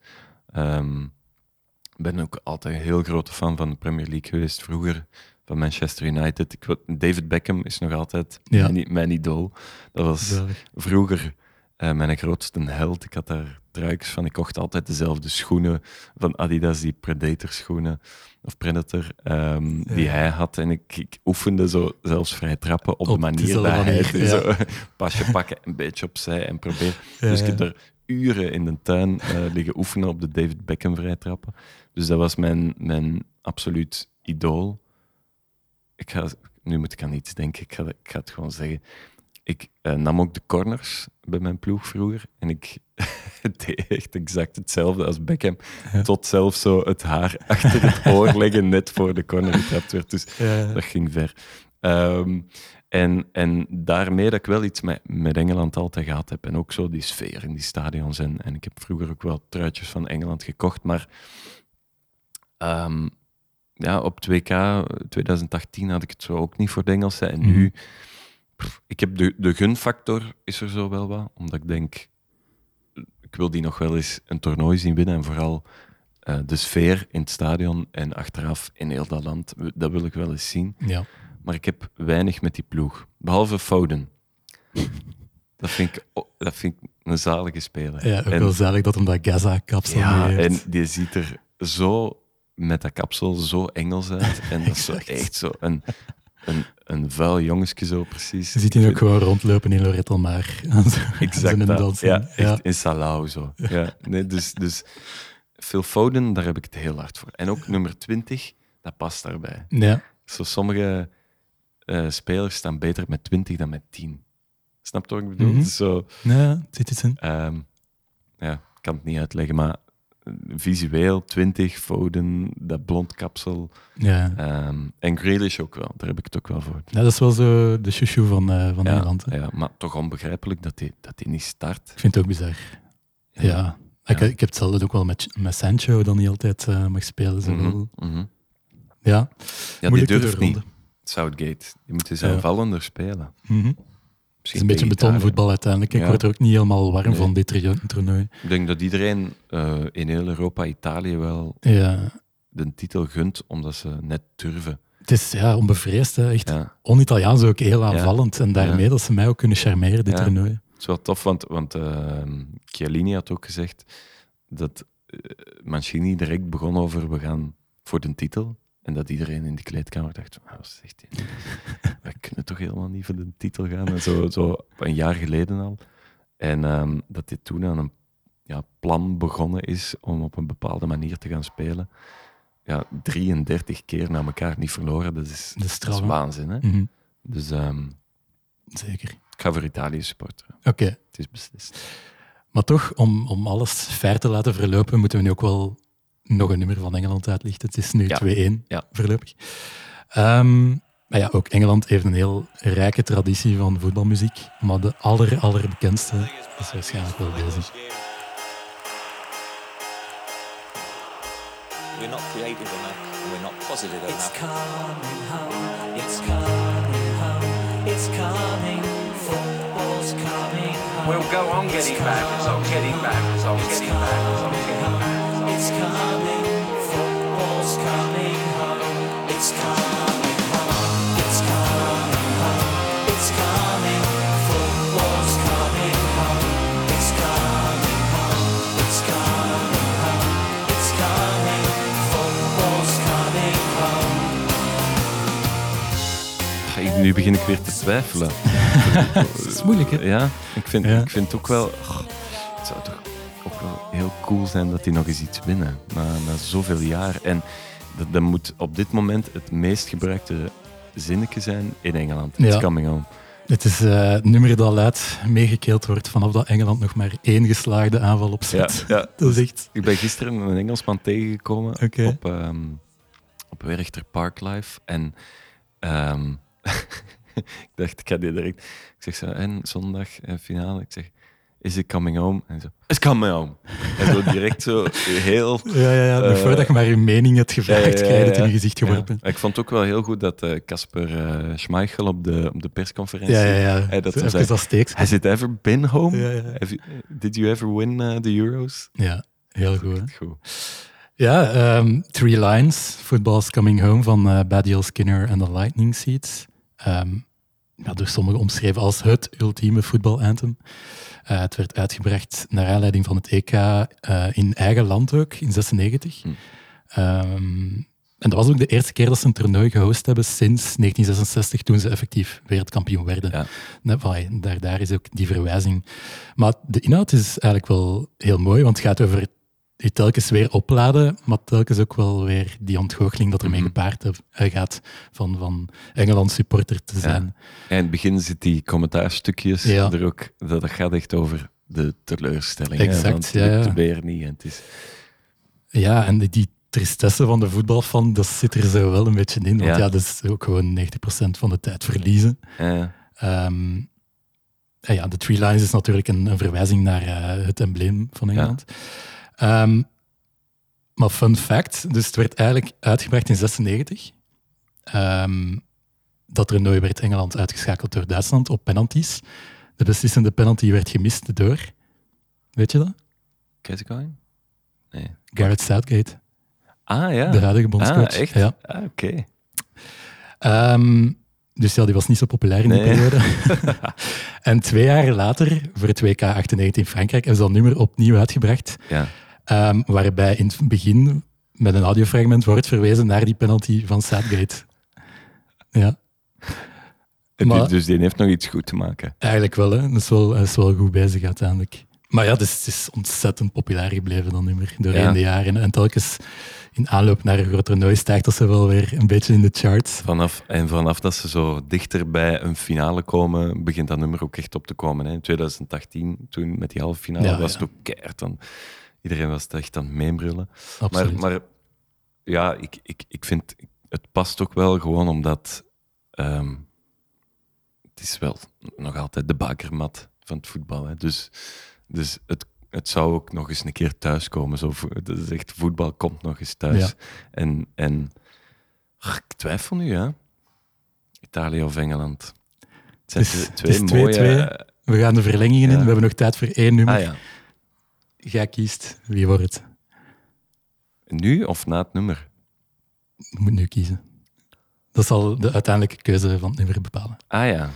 Ik ben ook altijd een heel grote fan van de Premier League geweest. Vroeger van Manchester United. David Beckham is nog altijd mijn idool. Dat was vroeger mijn grootste held. Ik had daar truikens van. Ik kocht altijd dezelfde schoenen van Adidas, die Predator schoenen of Predator, die hij had. En ik oefende zo zelfs vrij trappen op de manier dat hij het zo pasje pakken, een beetje opzij en proberen. Dus ik heb er uren in de tuin liggen oefenen op de David Beckham vrij trappen. Dus dat was mijn absoluut idool. Nu moet ik aan iets denken. Ik ga het gewoon zeggen. Ik nam ook de corners bij mijn ploeg vroeger. En ik deed echt exact hetzelfde als Beckham. Tot zelfs zo het haar achter het oor leggen net voor de corner getrapt werd. Dus dat ging ver. En daarmee dat ik wel iets met Engeland altijd gehad heb. En ook zo die sfeer in die stadions. En ik heb vroeger ook wel truitjes van Engeland gekocht. Maar op 2K 2018 had ik het zo ook niet voor de Engelsen. En nu... Ik heb de gunfactor is er zo wel wat, omdat ik denk, ik wil die nog wel eens een toernooi zien winnen en vooral de sfeer in het stadion en achteraf in heel dat land, dat wil ik wel eens zien. Ja. Maar ik heb weinig met die ploeg, behalve Foden. Dat vind ik een zalige speler. Ja, ook wel zalig dat hem dat Gaza-kapsel mee heeft. En die ziet er zo, met dat kapsel, zo Engels uit. En dat is zo echt zo een vuil jongensje zo precies. Je ziet hij ook gewoon rondlopen in Loretelmaar. Exact dat. Ja, echt in Salau zo. Ja, nee, dus Phil Foden, daar heb ik het heel hard voor. En ook nummer 20, dat past daarbij. Ja. Zo sommige spelers staan beter met 20 dan met 10. Snap je wat ik bedoel? Mm-hmm. Zo, ja, het zit iets in. Ik kan het niet uitleggen, maar visueel 20, Foden, dat blond kapsel. Ja. En Grealish ook wel, daar heb ik het ook wel voor. Ja, dat is wel zo de chouchou van Engeland. Ja, maar toch onbegrijpelijk dat hij niet start. Ik vind het ook bizar. Ja. Ik heb hetzelfde ook wel met Sancho, dat niet altijd mag spelen. Zo wel. Mm-hmm. Ja, die durft niet. Southgate. Die moet eens aanvallender spelen. Mm-hmm. Het is een beetje betonvoetbal uiteindelijk. Ik word er ook niet helemaal warm van dit toernooi. Ik denk dat iedereen in heel Europa, Italië wel de titel gunt, omdat ze net durven. Het is onbevreesd, hè. Echt on-Italiaans ook heel aanvallend. En daarmee dat ze mij ook kunnen charmeren, dit toernooi. Het is wel tof, want Chiellini had ook gezegd dat Mancini direct begon over we gaan voor de titel. En dat iedereen in de kleedkamer dacht, wat zegt hij? Wij kunnen toch helemaal niet voor de titel gaan? En zo een jaar geleden al. En dat dit toen aan een plan begonnen is om op een bepaalde manier te gaan spelen. Ja, 33 keer na elkaar niet verloren, dat is waanzin. Hè? Mm-hmm. Dus zeker. Ik ga voor Italië supporteren. Oké. Het is beslist. Maar toch, om alles fair te laten verlopen, moeten we nu ook wel nog een nummer van Engeland uitlichten. Het is nu 2-1 voorlopig. Maar ook Engeland heeft een heel rijke traditie van voetbalmuziek. Maar de allerbekendste is waarschijnlijk wel deze. We're not creative enough, and we're not positive enough. It's coming home, it's coming home, it's coming, football's coming home. We'll go on getting back, it's on getting back, it's on getting back, it's on getting back. It's coming, football's coming home, it's coming home, it's coming home, it's coming, football's coming home, it's coming home, it's coming home, it's coming, football's coming home. Nu begin ik weer te twijfelen. Dat is moeilijk, hè? Ja, ik vind ook wel... het zou toch ook wel heel cool zijn dat die nog eens iets winnen. Na zoveel jaar. En dat moet op dit moment het meest gebruikte zinnetje zijn in Engeland. It's coming home. Het is het nummer dat luid meegekeeld wordt vanaf dat Engeland nog maar 1 geslaagde aanval opzet. Ja. Dat is echt... Ik ben gisteren een Engelsman tegengekomen op Werchter Park Live. En ik dacht, ik ga die direct... Ik zeg zo, en zondag finale. Ik zeg, is it coming home? En zo, it's coming home. En zo direct zo heel... Ja, voordat je maar je mening hebt gevraagd, krijg je het in je gezicht geworpen. Ja. Ik vond het ook wel heel goed dat Kasper Schmeichel op de persconferentie... Ja. Dat even zei, als steeks. Has it ever been home? Ja. Did you ever win the Euros? Ja, heel goed. Ja, Three Lines, Football's Coming Home van Badial Skinner en The Lightning Seeds. door sommigen omschreven als het ultieme voetbalanthem. Het werd uitgebracht naar aanleiding van het EK in eigen land ook, in 1996. En dat was ook de eerste keer dat ze een toernooi gehost hebben sinds 1966, toen ze effectief wereldkampioen werden. Ja. Daar is ook die verwijzing. Maar de inhoud is eigenlijk wel heel mooi, want het gaat over je telkens weer opladen, maar telkens ook wel weer die ontgoocheling dat ermee gepaard gaat van Engeland supporter te zijn. Ja. En in het begin zit die commentaarstukjes er ook, dat gaat echt over de teleurstelling. Exact, hè, want het lukt weer niet. En het is... Ja, en die tristesse van de voetbalfan, dat zit er zo wel een beetje in. Want dat is ook gewoon 90% van de tijd verliezen. De Three Lions is natuurlijk een verwijzing naar het embleem van Engeland. Maar fun fact, dus het werd eigenlijk uitgebracht in 1996. Dat toernooi werd Engeland uitgeschakeld door Duitsland op penalties. De beslissende penalty werd gemist door... Weet je dat? Kersikoing? Nee. Gareth Southgate. Ah, ja. De huidige bondscoach. Echt? Ja. Ah, oké. Dus die was niet zo populair in die periode. En 2 jaar later, voor het WK 98 in Frankrijk, hebben ze dat nummer opnieuw uitgebracht. Ja. Waarbij in het begin met een audiofragment wordt verwezen naar die penalty van Southgate. Ja. Maar, dus die heeft nog iets goed te maken. Eigenlijk wel, hè. Dat is wel goed bezig uiteindelijk. Maar ja, het is ontzettend populair gebleven, dat nummer, doorheen de jaren. En telkens in aanloop naar een groot toernooi stijgt dat ze wel weer een beetje in de charts. Vanaf dat ze zo dichter bij een finale komen, begint dat nummer ook echt op te komen. Hè. In 2018, toen met die halve finale, was het ook keihard. Iedereen was het echt aan het meebrullen. Maar ja, ik vind, het past ook wel gewoon omdat het is wel nog altijd de bakermat van het voetbal. Hè. Dus het zou ook nog eens een keer thuiskomen. Dat is echt, voetbal komt nog eens thuis. Ja. En ik twijfel nu, hè. Italië of Engeland. Het zijn twee mooie... 2-2. We gaan de verlengingen in. We hebben nog tijd voor 1 nummer. Ah, ja. Jij kiest. Wie wordt het? Nu of na het nummer? Je moet nu kiezen. Dat zal de uiteindelijke keuze van het nummer bepalen. Ah ja.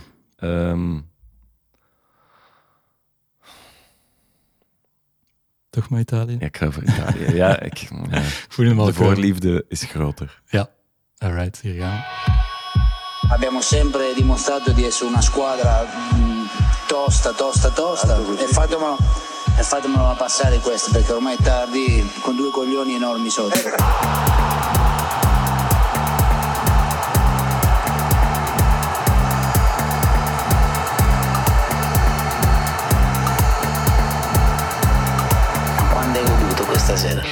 Toch maar Italië? Ja, ik ga voor Italië. Ja, ik voel hem al. De voorliefde is groter. Ja, alright, hier gaan we. Abbiamo sempre dimostrato di essere una squadra tosta. E fatemelo passare questo, perché ormai è tardi, con 2 coglioni enormi sotto. Quando hai goduto questa sera?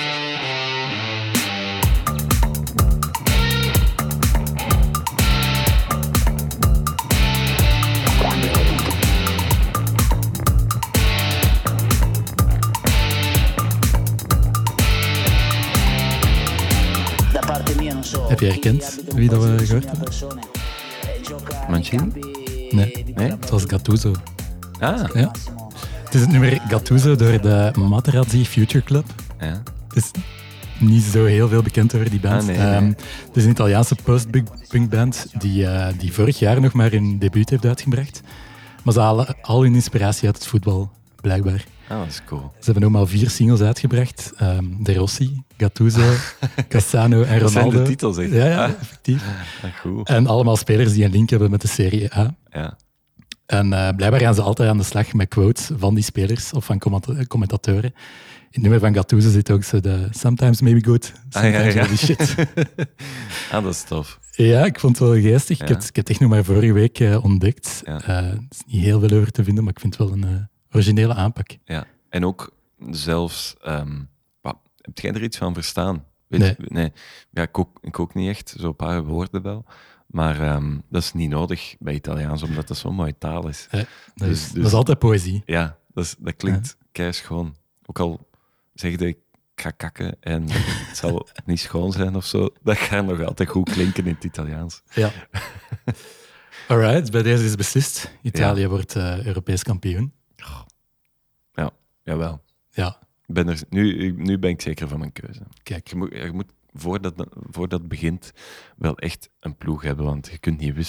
Heb je herkend wie dat we gehoord hebben? Mancini? Nee, het was Gattuso. Ah. Ja. Het is het nummer Gattuso door de Materazzi Future Club. Ja. Het is niet zo heel veel bekend over die band. Nee. Het is een Italiaanse post-punk band die vorig jaar nog maar hun debuut heeft uitgebracht. Maar ze halen al hun inspiratie uit het voetbal, blijkbaar. Ah, dat is cool. Ze hebben ook maar 4 singles uitgebracht. De Rossi, Gattuso, Cassano en Ronaldo. Dat zijn de titels, echt. Ja, effectief. Cool. En allemaal spelers die een link hebben met de Serie A. Ja. En blijkbaar gaan ze altijd aan de slag met quotes van die spelers of van commentatoren. In het nummer van Gattuso zit ook zo de sometimes maybe good, sometimes maybe shit. Ah, dat is tof. Ja, ik vond het wel geestig. Ja. Ik heb het echt nog maar vorige week ontdekt. Ja. Er is niet heel veel over te vinden, maar ik vind het wel een originele aanpak. Ja, en ook zelfs... heb jij er iets van verstaan? Nee. Ja, ik ook niet echt. Zo'n paar woorden wel. Maar dat is niet nodig bij Italiaans, omdat dat zo'n mooie taal is. Ja, dat is altijd poëzie. Ja, dat klinkt keischoon. Ook al zeg je ik ga kakken en het zal niet schoon zijn of zo, dat gaat nog altijd goed klinken in het Italiaans. Ja. Alright, bij deze is beslist. Italië wordt Europees kampioen. Ja, jawel. Ja. Nu ben ik zeker van mijn keuze. Kijk. Je moet voordat het begint wel echt een ploeg hebben, want je kunt niet wisselen.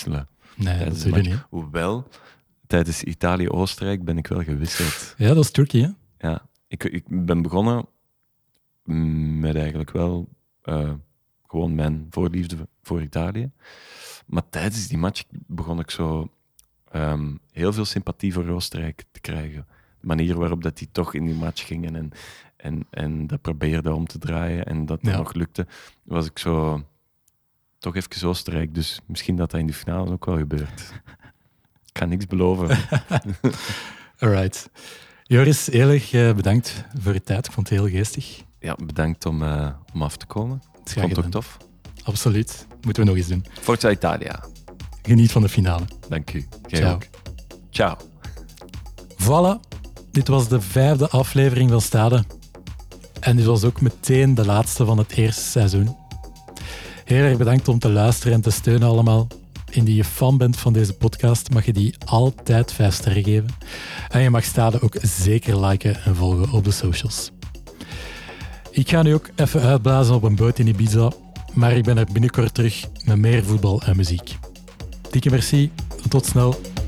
Nee, dat zullen niet. Hoewel, tijdens Italië-Oostenrijk ben ik wel gewisseld. Ja, dat is tricky, hè? Ja, ik ben begonnen met eigenlijk wel gewoon mijn voorliefde voor Italië. Maar tijdens die match begon ik zo heel veel sympathie voor Oostenrijk te krijgen. De manier waarop dat die toch in die match gingen en dat probeerde om te draaien en dat nog lukte, was ik zo toch even Oostenrijk. Dus misschien dat in de finale ook wel gebeurt. Ik ga niks beloven. Alright. Joris, heel erg bedankt voor je tijd. Ik vond het heel geestig. Ja, bedankt om af te komen. Ik vond het ook tof. Absoluut. Moeten we nog eens doen. Forza Italia. Geniet van de finale. Dank u. Jij Ciao. ook. Ciao. Voilà. Dit was de 5e aflevering van Stade. En dit was ook meteen de laatste van het eerste seizoen. Heel erg bedankt om te luisteren en te steunen allemaal. Indien je fan bent van deze podcast, mag je die altijd 5 sterren geven. En je mag Stade ook zeker liken en volgen op de socials. Ik ga nu ook even uitblazen op een boot in Ibiza, maar ik ben er binnenkort terug met meer voetbal en muziek. Dikke merci, tot snel.